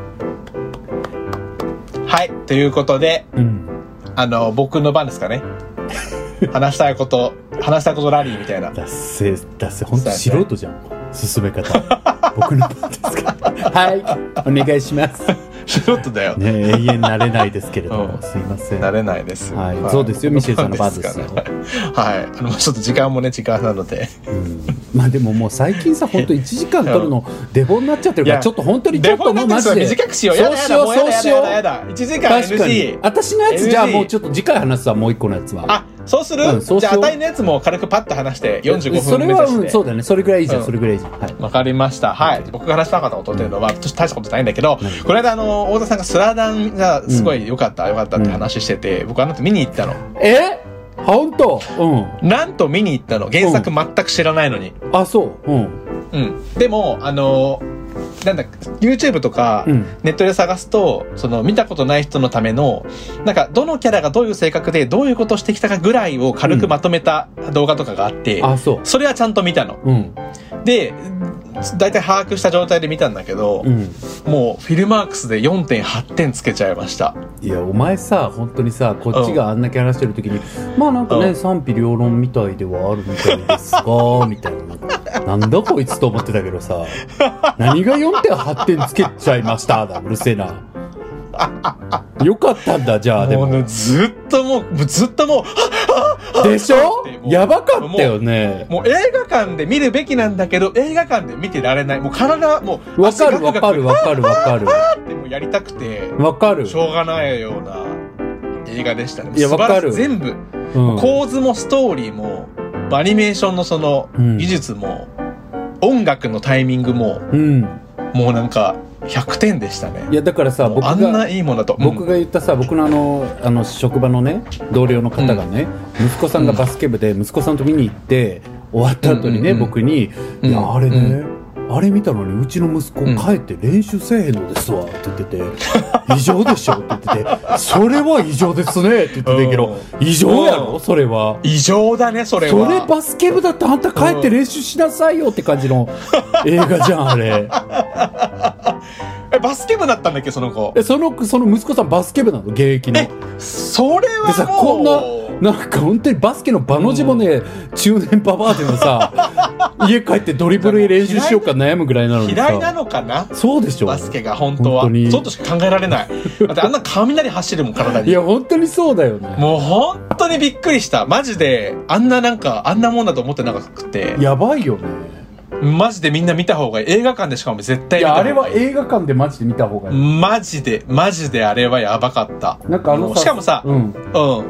Speaker 1: はいということで、うん、あの僕の番ですかね話したいこと話したいことラリーみたいな。
Speaker 2: だっせだっせ本当素人じゃん進め方僕の番ですかはいお願いします
Speaker 1: 素人だよ
Speaker 2: ね。永遠なれないですけれども、うん、すいません
Speaker 1: なれないです、
Speaker 2: はいはい、そうですよミシェルさんの番ですよ
Speaker 1: はいあのちょっと時間もね時間なので、
Speaker 2: うん、まあでももう最近さ本当いちじかん取るのデボになっちゃってるからちょっと本当にちょっともうマジで
Speaker 1: 短くしよう。そうしようそうしよういちじかん エヌジー
Speaker 2: 私のやつじゃあもうちょっと次回話すわもう一個のやつは。
Speaker 1: あそうする、うん、そうしよう。じゃああたいのやつも軽くパッと話してよんじゅうごふん目指して。それは、うん、
Speaker 2: そうだねそれぐらいいいじゃん、うん、それぐらいいいじゃん。はい。
Speaker 1: わかりました。はい。僕が話したかったことっていうのは、うん、大したことないんだけど、うん、この間あの太田さんがスラダンがすごい良かった、うん、良かったって話してて、僕あの後見に行ったの。
Speaker 2: え？本当？うん。
Speaker 1: なんと見に行ったの。原作全く知らないのに。
Speaker 2: うん、あそう。うん。
Speaker 1: うん。でもあの。なんだ YouTube とかネットで探すと、うん、その見たことない人のためのなんかどのキャラがどういう性格でどういうことをしてきたかぐらいを軽くまとめた動画とかがあって、うん、あそうそれはちゃんと見たの、うん、でだいたい把握した状態で見たんだけど、うん、もうフィルマークスで よんてんはってんつけちゃいました。
Speaker 2: いやお前さ本当にさこっちがあんだけ話してる時に、うん、まあなんかね、うん、賛否両論みたいではあるみたいですがみたいななんだこいつと思ってたけどさ何が よんてんはってんつけちゃいましただうるせえなよかったんだじゃあ。でも、
Speaker 1: ね、ずっともうずっとも
Speaker 2: うでしょやばかったよね。
Speaker 1: もう、もう映画館で見るべきなんだけど映画館で見てられない。もう体もう
Speaker 2: わかるわかるわかるわかる
Speaker 1: ってもうやりたくて
Speaker 2: わかる
Speaker 1: しょうがないような映画でしたね。
Speaker 2: いやわかる
Speaker 1: 全部、うん、構図もストーリーもアニメーションのその技術も、うん、音楽のタイミングも、うん、もうなんかひゃくてんでしたね。
Speaker 2: いやだからさ僕が
Speaker 1: あんないいものだと、
Speaker 2: うん、僕が言ったさ僕のあのあの職場のね同僚の方がね、うん、息子さんがバスケ部で息子さんと見に行って終わった後にね、うんうんうん、僕に、うん、いやあれね、うん、あれ見たのにうちの息子帰って練習せえへんのですわって言ってて、うん、異常でしょって言っててそれは異常ですねって言ってたけど、うん、異常やろそれは
Speaker 1: 異常だねそれは。
Speaker 2: それバスケ部だってあんた帰って練習しなさいよって感じの映画じゃんあれ
Speaker 1: えバスケ部だったんだっけその子。
Speaker 2: えそのその息子さんバスケ部なの現役の。え
Speaker 1: それはもうでさ
Speaker 2: こんななんか本当にバスケの場の字もね、うん、中年パパーでのさ家帰ってドリブル練習しようか悩むぐらいなのにさ
Speaker 1: 嫌いなのかな。
Speaker 2: そうでしょ
Speaker 1: バスケが本当は本当にそうとしか考えられないだってあんな雷走るもん体に。
Speaker 2: いや本当にそうだよね。
Speaker 1: もう本当にびっくりしたマジで。あんななんかあんなもんだと思ってなくて
Speaker 2: やばいよね
Speaker 1: マジでみんな見た方がいい。映画館でしかも絶対見た方がいい。
Speaker 2: いやあれは映画館でマジで見た方がいい。
Speaker 1: マジでマジであれはやばかった。
Speaker 2: なんかあのさ
Speaker 1: しかもさ、うんうん、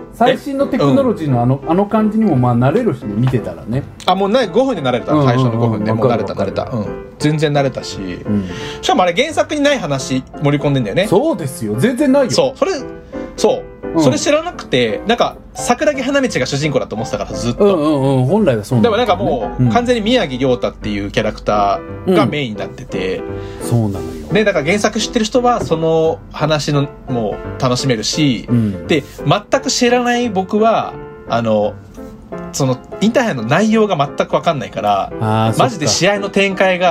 Speaker 2: 最新のテクノロジーのあの、うん、あの感じにもまあ慣れるしね見てたらね。
Speaker 1: あもうねごふんで慣れた、うんうんうん、最初のごふんでもう慣れた慣れた、うん、全然慣れたし、うん、しかもあれ原作にない話盛り込んでんだよね。
Speaker 2: そうですよ全然ないよ。
Speaker 1: そうそれそううん、それ知らなくてなんか桜木花道が主人公だと思ってたからずっと、
Speaker 2: うんうんうん、本来はそうなんだ、
Speaker 1: ね、でもなんかもう、うん、完全に宮城亮太っていうキャラクターがメインになってて、
Speaker 2: うん、そうなのよ。
Speaker 1: でだから原作知ってる人はその話のもう楽しめるし、うん、で全く知らない僕はあのそのインターハイの内容が全く分かんないからマジで試合の展開が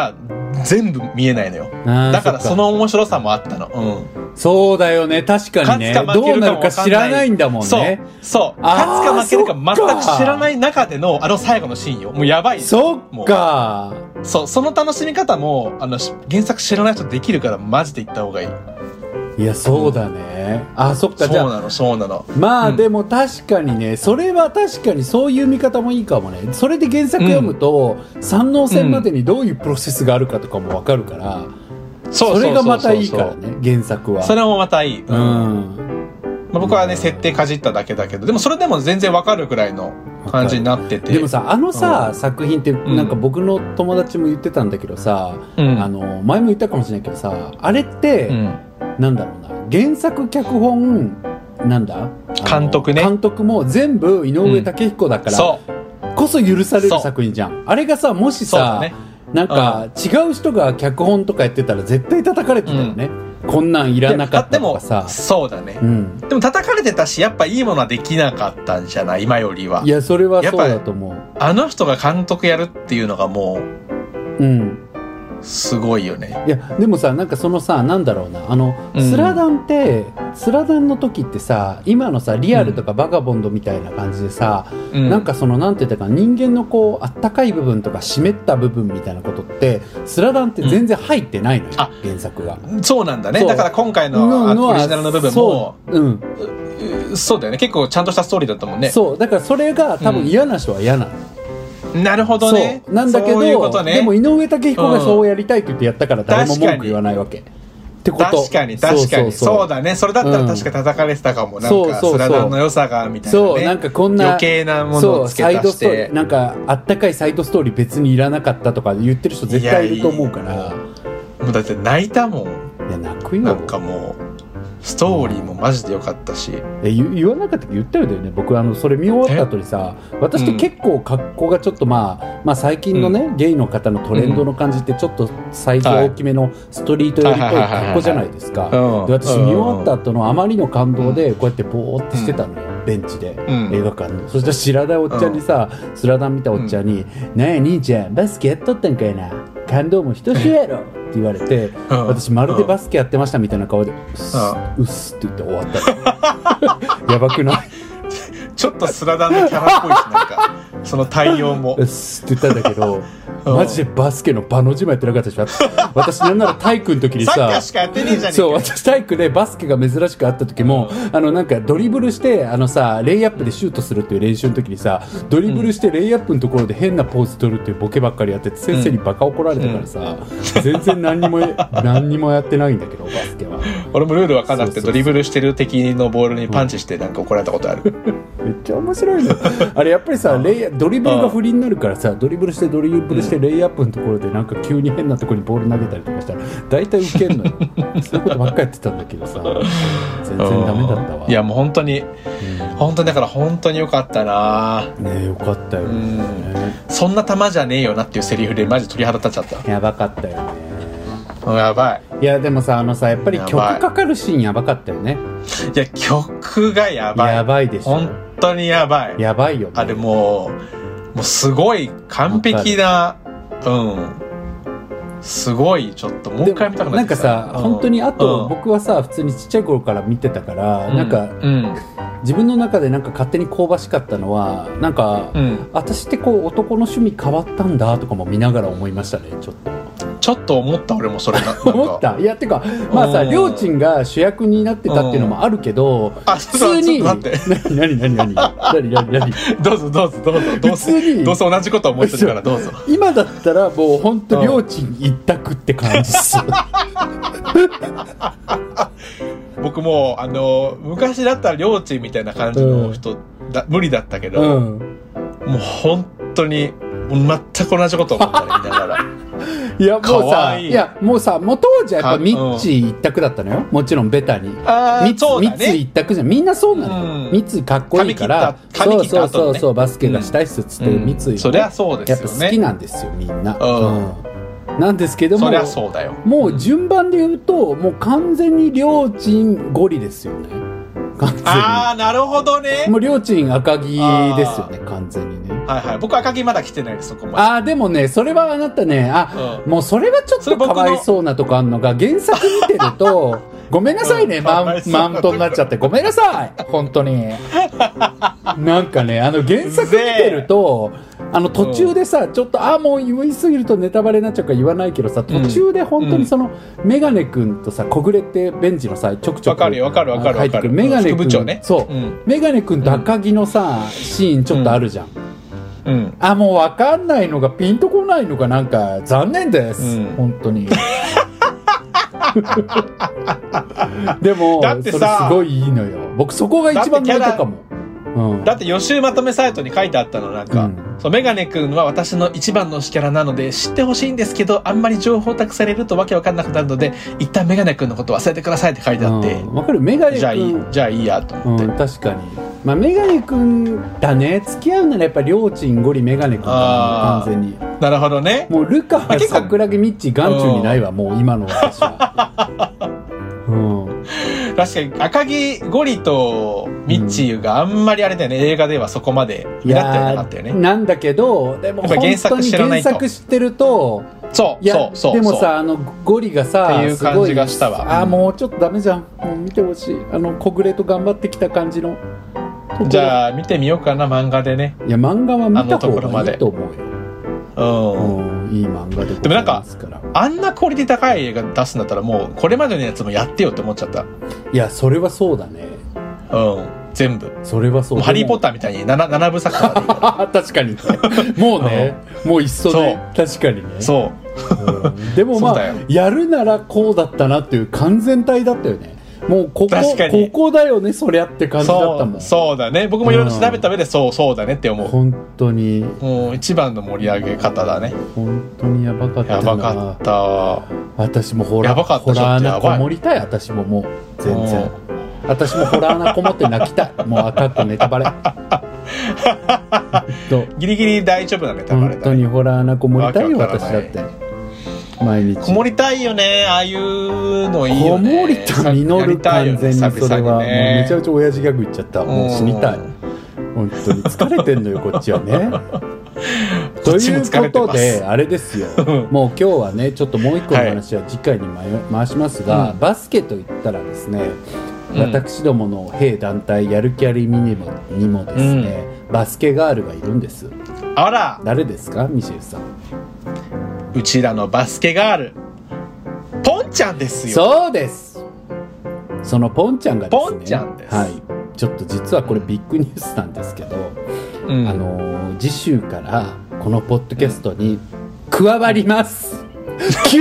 Speaker 1: 全部見えないのよ。だからその面白さもあったの。
Speaker 2: うん、そうだよね、確かにね。どうなるか知らないんだもんね。
Speaker 1: そうそう勝つか負けるか全く知らない中でのあの最後のシーンよ。もうやばい。
Speaker 2: そっか。
Speaker 1: そう、その楽しみ方もあの原作知らない人できるからマジで行った方がいい。
Speaker 2: いやそうだね、うん、あそっか。
Speaker 1: そうなのそうなの。
Speaker 2: まあ、うん、でも確かにね、それは確かにそういう見方もいいかもね。それで原作読むと、うん、三能線までにどういうプロセスがあるかとかも分かるから、うん、それがまたいいからね、原作は。
Speaker 1: それもまたいい、うん、うん、まあ、僕はね、
Speaker 2: うん、
Speaker 1: 設定かじっただけだけど、でもそれでも全然分かるくらいの感じになってて。
Speaker 2: でもさ、あのさ、うん、作品ってなんか僕の友達も言ってたんだけどさ、うん、あの前も言ったかもしれないけどさ、あれって、うん、なんだろうな、原作脚本なんだ
Speaker 1: 監督ね、
Speaker 2: 監督も全部井上武彦だから、うん、こそ許される作品じゃん。あれがさ、もしさ、ね、なんか違う人が脚本とかやってたら絶対叩かれてたよね、うん、こんなんいらなかったとかさ。
Speaker 1: そうだね、うん、でも叩かれてたし、やっぱいいものはできなかったんじゃない、今よりは。
Speaker 2: いやそれはそうだと思う。
Speaker 1: あの人が監督やるっていうのがもう、うん、すごいよね。
Speaker 2: いやでもさ、なんかそのさ、なんだろうな、あの、うん、スラダンってスラダンの時ってさ、今のさリアルとかバガボンドみたいな感じでさ、うん、なんかそのなんて言ったか、人間のこうあったかい部分とか湿った部分みたいなことってスラダンって全然入ってないのよ、うん、原作が。
Speaker 1: そうなんだね。だから今回のオリジナルの部分もそう、うん、そうだよね。結構ちゃんとしたストーリーだったもんね。
Speaker 2: そうだからそれが多分嫌な人は嫌なの、
Speaker 1: うん、なるほどね。
Speaker 2: そうなんだけど、ううね、でも井上武彦がそうやりたいって言ってやったから誰も文句言わないわけ、うん、ってこと。
Speaker 1: 確かに確かに、そうそうそう、そうだね。それだったら確か叩かれてたかも、うん、なんかスラダンの良さがみたいな、ね、
Speaker 2: そうなんかこんな
Speaker 1: 余計なものをつけ足して、そうサイドストーリー、
Speaker 2: なんかあったかいサイドストーリー別にいらなかったとか言ってる人絶対いると思うから。いやいや、
Speaker 1: もうだって泣いたもん。い
Speaker 2: や泣くよ。
Speaker 1: なんかもうストーリーもマジで良かったし、
Speaker 2: え 言, 言わなかったっけ？言ったよね。僕あのそれ見終わった後にさ、私って結構格好がちょっと、まあ、まあ最近のね、うん、ゲイの方のトレンドの感じってちょっとサイズ大きめのストリート寄りっぽい格好じゃないですか。で私見終わった後のあまりの感動でこうやってボーってしてたのよ、うん、ベンチで、うん、映画館の。そしたら知らないおっちゃんにさ、うん、スラダン見たおっちゃんに、うん、ねえ兄ちゃんバスケやっとったんかいな、感動もひとしおやろって言われて、うん、私まるでバスケやってましたみたいな顔で、うん、うっす、うっすって言って終わったやばくない？
Speaker 1: ちょっとスラダンのキャラっぽいし、なんかその対応も
Speaker 2: うっすって言ったんだけどマジでバスケの場の字もやってなかったし、私なんなら体育の時にさ、
Speaker 1: サッカーしかやってねえじゃねえか。
Speaker 2: そう、私体育でバスケが珍しくあった時も、うん、あのなんかドリブルしてあのさレイアップでシュートするっていう練習の時にさ、ドリブルしてレイアップのところで変なポーズ取るっていうボケばっかりやってて、先生にバカ怒られたからさ、うん、全然何にも何にもやってないんだけどバスケは。
Speaker 1: 俺もルール分かんなくてドリブルしてる敵のボールにパンチしてなんか怒られたことある。
Speaker 2: めっちゃ面白いのあれやっぱりさ、レイドリブルが不利になるからさ、ドリブルしてドリブルしてレイアップのところでなんか急に変なところにボール投げたりとかしたら大体ウケんのよそういうことばっかりやってたんだけどさ、全然ダメだったわ。
Speaker 1: いやもう本当に、うん、本当にだから本当に良かったな。
Speaker 2: ねえよかったよね、
Speaker 1: うん、そんな球じゃねえよなっていうセリフでマジ鳥肌立っちゃった。
Speaker 2: やばかったよね。
Speaker 1: やばい。
Speaker 2: いやでもさ、あのさやっぱり曲かかるシーンやばかったよね。
Speaker 1: いや曲がやばい。
Speaker 2: やばいでしょ。
Speaker 1: 本当にやばい。
Speaker 2: やばいよね。
Speaker 1: あれもうもうすごい完璧な、うんすごい。ちょっともう一回見たくなってきた。
Speaker 2: なんかさ、うん、本当にあと、うん、僕はさ普通にちっちゃい頃から見てたから、うん、なんか、うん、自分の中でなんか勝手に香ばしかったのはなんか、うん、私ってこう男の趣味変わったんだとかも見ながら思いましたね。ちょっと
Speaker 1: ちょっと思った。俺もそれな
Speaker 2: 思った。いやてかまあさ、りょーちんが主役になってたっていうのもあるけど、
Speaker 1: あ普通に
Speaker 2: 何何何何何何何
Speaker 1: どうぞどうぞどうぞどうぞどうせ同じこと思ってるからどうぞ。今
Speaker 2: だったらもう本当りょーちん一択って感じっす
Speaker 1: 僕もあの昔だったらりょーちんみたいな感じの人、うん、だ無理だったけど、うん、もう本当に全く同じこと思ったね見ながら
Speaker 2: いやもうさいやもうさもう当時はやっぱミッチー一択だったのよ、もちろんベタに。ミッツー一択じゃん、みんなそうなのよ、うん、ミッツーかっこいいからそうそうそうそうバスケがしたいっすっつって、うん、ミッツー、ね、
Speaker 1: そりゃそうですよね、
Speaker 2: やっぱ好きなんですよみんな、うんうん、なんですけども
Speaker 1: そりゃそうだよ。
Speaker 2: もう順番で言うともう完全にりょーちんゴリですよね完全に。
Speaker 1: ああ、なるほどね。
Speaker 2: もうりょーちん赤木ですよね、完全にね。
Speaker 1: はいはい。僕赤木まだ来てないです、そこまで。
Speaker 2: ああ、でもね、それはあなたね、あ、うん、もうそれはちょっとかわいそうなとこあんのが、原作見てると、ごめんなさいね、うん、マウン、マウントになっちゃって。ごめんなさい本当に。なんかね、あの原作見てると、あの途中でさ、うん、ちょっと、あ、もう言いすぎるとネタバレになっちゃうから言わないけどさ、途中で本当にその、うん、メガネ君とさ、小暮ってベンチのさ、ちょくちょく。
Speaker 1: わかるよ、わかるわかるわかる。
Speaker 2: メガネ君、
Speaker 1: 長ね。
Speaker 2: そう、うん、メガネ君と赤木のさ、シーンちょっとあるじゃん。
Speaker 1: うん、
Speaker 2: あ、もうわかんないのがピンとこないのがなんか残念です、うん、本当に。でも
Speaker 1: だってさ、
Speaker 2: それすごいいいのよ。僕そこが一番泣いたかも。うん、
Speaker 1: だって予習まとめサイトに書いてあったの、なんか、うん、そうメガネ君は私の一番の推しキャラなので知ってほしいんですけど、あんまり情報託されるとわけわかんなくなるので一旦メガネ君のこと忘れてくださいって書いてあって、
Speaker 2: わ、うん、かる。メガネ君
Speaker 1: じゃあいいじゃあいいやと思って、うん、
Speaker 2: 確かに。まあメガネ君だね。付き合うならやっぱりりょーちんゴリメガネ君だね、完全に。
Speaker 1: なるほどね。
Speaker 2: もうルカは桜木ミッチ眼中にないわ、うん、もう今の私は。うん、
Speaker 1: 確かに赤木ゴリとミッチーがあんまりあれだよね、うん、映画ではそこまで目立ってなかったよね。
Speaker 2: なんだけど、でも本当に原作知ってると、
Speaker 1: そうそうそう。
Speaker 2: でもさ、あのゴリがさ、
Speaker 1: っていう感じがしたわ。
Speaker 2: あ、もうちょっとダメじゃん。もう見てほしい。あの小暮と頑張ってきた感じの。
Speaker 1: じゃあ見てみようかな、漫画でね。
Speaker 2: いや、漫画は見た方がいいと思うよ。
Speaker 1: うん、
Speaker 2: うん、いい漫画で
Speaker 1: でもなんかあんなクオリティ高い映画出すんだったらもうこれまでのやつもやってよって思っちゃった。
Speaker 2: いや、それはそうだね。
Speaker 1: うん、全部
Speaker 2: それはそう。
Speaker 1: もうハリーポッターみたいに 7, 7部作からでいい
Speaker 2: 確かにもうね、うん、もういっそね、確かにね。
Speaker 1: そう、
Speaker 2: うん、でもまあやるならこうだったなっていう完全体だったよね。もうここここだよね、そりゃって感じだったもん。
Speaker 1: そう、そうだね。僕もいろいろ調べた上で、うん、そうそうだねって思う。
Speaker 2: 本当に
Speaker 1: もう一番の盛り上げ方だね。
Speaker 2: 本当にやばかったな。
Speaker 1: やばかった。
Speaker 2: 私もホラーホラー穴こもりたい。私ももう全然私もホラー穴こもって泣きたい。もう赤くネタバレ
Speaker 1: ギリギリ大丈夫なネタバレだ、ね、
Speaker 2: 本当にホラー穴こもりたいよ、私だって。毎日
Speaker 1: こもりたいよね、ああいうのいいよね。
Speaker 2: こもりた実る完全にそれは、ね、もうめちゃめちゃ親父ギャグ言っちゃった。もう死にたい。本当に疲れてんのよこっちはね。ということであれですよ。もう今日はねちょっともう一個の話は次回に回しますが、はい、バスケといったらですね、うん、私どもの弊団体やる気ありミニもにもですね、うん、バスケガールがいるんです。
Speaker 1: あら、
Speaker 2: 誰ですか、ミシェルさん。
Speaker 1: うちらのバスケガールポンちゃんですよ。
Speaker 2: そうです。そのポンちゃんがですね、
Speaker 1: ポンちゃんです、
Speaker 2: はい、ちょっと実はこれビッグニュースなんですけど、うん、あの次週からこのポッドキャストに加わります。急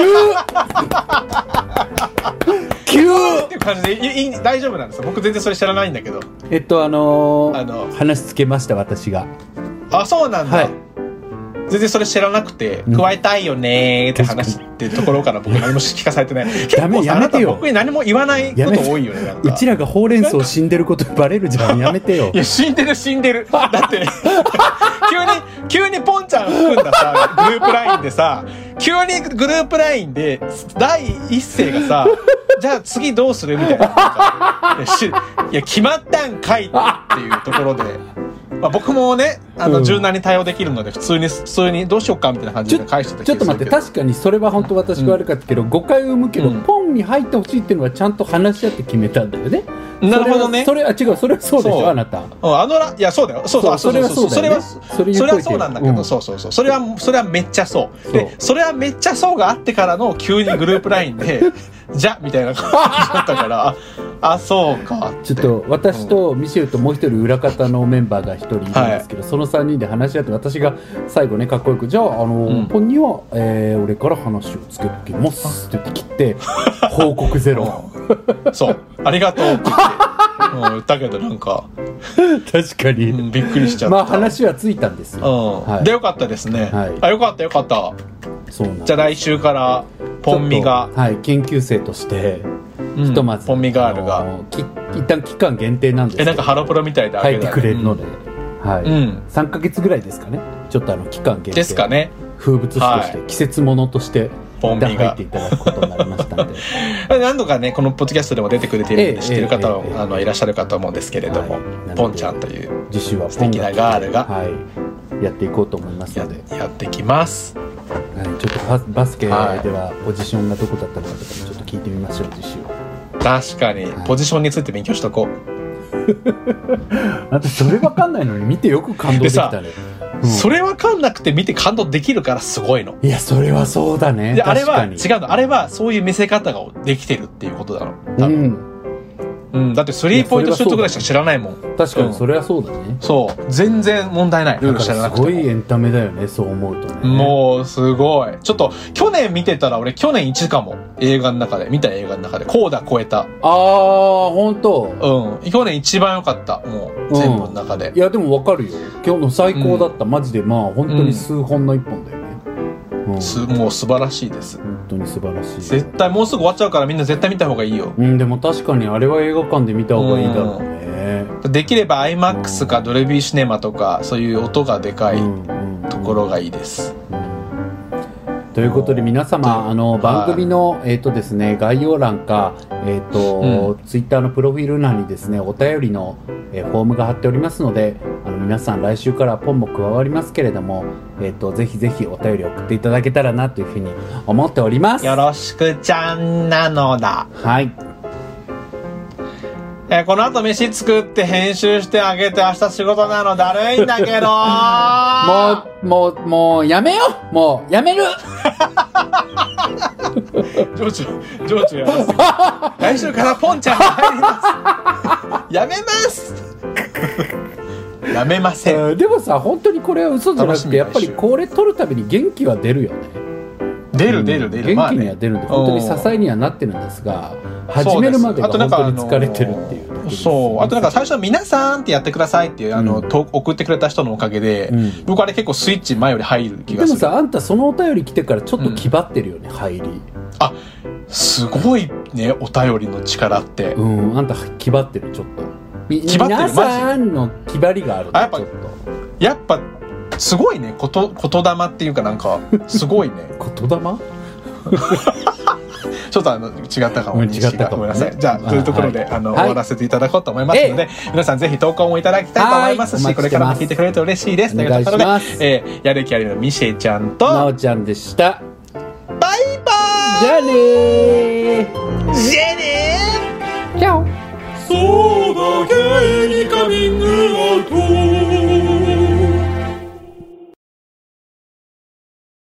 Speaker 2: 急
Speaker 1: っていう感じでいい大丈夫なんですか。僕全然それ知らないんだけど。
Speaker 2: えっとあのー、あの話つけました、私が。
Speaker 1: あ、そうなんだ、はい、全然それ知らなくて、加えたいよねーって話っていうところから僕何も聞かされてない。
Speaker 2: ダメ、やめてよ。
Speaker 1: 僕に何も言わないこと多いよね。なんか
Speaker 2: うちらがほうれん草死んでることバレるじゃん。やめてよ。
Speaker 1: いや、死んでる死んでる。だってね急に急にポンちゃん含んださグループラインでさ、急にグループラインで第一声がさ、じゃあ次どうするみたいな。いや、しいや決まったんかいっていうところで。まあ、僕もね、あの柔軟に対応できるので、普通に普通にどうしようかみたいな感じで返してた気がするけど。ちょっと待って、確
Speaker 2: かにそれは本当私が悪かったけど、うん、誤解を生むけど、うん、ポンに入ってほしいっていうのはちゃんと話し合って決めたんだよね。
Speaker 1: なるほどね。
Speaker 2: それは違う、それはそうでしょ、あなた。
Speaker 1: うん、あのら、いや、そうだよ。そうそう、それはそうだよ、ね。それは、それ, それはそうなんだけど、うん、そうそうそう。それは、それはめっちゃそう。で、それはめっちゃそうがあってからの急にグループラインで、じゃみたいな感じだったから、あ、そうか。
Speaker 2: ちょっと私とミシェルともう一人裏方のメンバーが一人いるんですけど、はい、そのさんにんで話し合って、私が最後ねかっこよく、じゃああの、うん、ポンには、えー、俺から話をつけときますって言って切って報告ゼロ。
Speaker 1: そう、ありがとうって言ってもう言ったけど、なんか
Speaker 2: 確かに、
Speaker 1: うん、びっくりしちゃった。
Speaker 2: まあ話はついたんですよ、
Speaker 1: うん、はい、でよかったですね、はい、あ、よかったよかった。
Speaker 2: そうなんです。
Speaker 1: じゃあ来週からポンミが、
Speaker 2: はい、研究生としてひとまず、
Speaker 1: うん、ポンミガールが
Speaker 2: 一旦期間限定なんですけど、
Speaker 1: え、なんかハロプロみたいで
Speaker 2: 入ってくれるので、うん、はい、うん、さんかげつぐらいですかね、ちょっとあの期間限定
Speaker 1: ですかね、
Speaker 2: 風物詩として、はい、季節ものとして
Speaker 1: ポンミが
Speaker 2: 入っていただくことになりましたので
Speaker 1: 何度かねこのポッドキャストでも出てくれているので知ってる方は、えーえー、あのいらっしゃるかと思うんですけれども、はい、ポンちゃんという素敵なガールが、
Speaker 2: はい、やっていこうと思いますので
Speaker 1: や, やってきます、
Speaker 2: はい、ちょっと バ, バスケではポジションがどこだったのかとかもちょっと聞いてみましょう次週。
Speaker 1: 確かに、はい、ポジションについて勉強しとこう
Speaker 2: だってそれ分かんないのに見てよく感動できたね、
Speaker 1: うん、それ分かんなくて見て感動できるからすごいの。
Speaker 2: いやそれはそうだね。
Speaker 1: であれは違うの、あれはそういう見せ方ができてるっていうことだろ多分、うんうん、だってスリーポイントシュートぐらいしか知らないもん。
Speaker 2: 確かにそれはそうだね、うん、
Speaker 1: そう全然問題ない。
Speaker 2: だからすごいエンタメだよねそう思うとね。
Speaker 1: もうすごい。ちょっと去年見てたら俺去年いちかも映画の中で見た映画の中でコーダ超えた。
Speaker 2: ああ本当。
Speaker 1: うん去年一番良かったもう全部の中で、
Speaker 2: うん、いやでも分かるよ今日の最高だった、うん、マジでまあ本当に数本の一本だよね、
Speaker 1: うんうん、すもう素晴らしいです。
Speaker 2: 本当に素晴らしい。
Speaker 1: 絶対もうすぐ終わっちゃうからみんな絶対見た方がいいよ。
Speaker 2: うんでも確かにあれは映画館で見た方がいいだろうね、
Speaker 1: うん、できれば アイマックス かドルビーシネマとかそういう音がでかいところがいいです、うんうんうん
Speaker 2: ということで皆様あの番組の、はいえーとですね、概要欄か、えーとうん、ツイッターのプロフィール欄にですねお便りの、えー、フォームが貼っておりますのであの皆さん来週からポンも加わりますけれども、えーとぜひぜひお便り送っていただけたらなというふうに思っております。
Speaker 1: よろしくちゃんなのだ。
Speaker 2: はい、
Speaker 1: えー、この後飯作って編集してあげて明日仕事なのだるいんだけど
Speaker 2: もうもうもうやめよもうやめる
Speaker 1: 情緒情緒やらせ来週からポンちゃんが入りますやめますやめません。
Speaker 2: でもさ本当にこれは嘘じゃなくてやっぱりこれ撮るたびに元気は出るよね。
Speaker 1: 出る出る出る、
Speaker 2: うん、元気には出るんで、まあね、本当に支えにはなってるんですが始めるまでが本当に疲れてるっていうだけです。
Speaker 1: そうあとなんか最初皆さんってやってくださいっていう、うん、あのと送ってくれた人のおかげで、うん、僕あれ結構スイッチ前より入る気がする。
Speaker 2: でもさあんたそのお便り来てからちょっと気張ってるよね、うん、入り。
Speaker 1: あすごいねお便りの力って。
Speaker 2: うんあんた気張ってるちょっと。
Speaker 1: 気張ってる
Speaker 2: 皆さんの気張りがある、ね、
Speaker 1: あやっぱちょっとやっぱすごいねこと言霊っていうかなんかすごいね
Speaker 2: 言霊
Speaker 1: ちょっとあの違ったかも、
Speaker 2: 違ったかも、ね、
Speaker 1: ごめんなさい。じゃあというところで、はい、あの、はい、終わらせていただこうと思いますので、皆さんぜひ投稿もいただきたいと思いますし、はい、これからも聞いてくれると嬉しいです。というところで、えー、やる気ありのミシェちゃんと
Speaker 2: なおちゃんでした。
Speaker 1: バイバーイ。
Speaker 2: じゃあねー。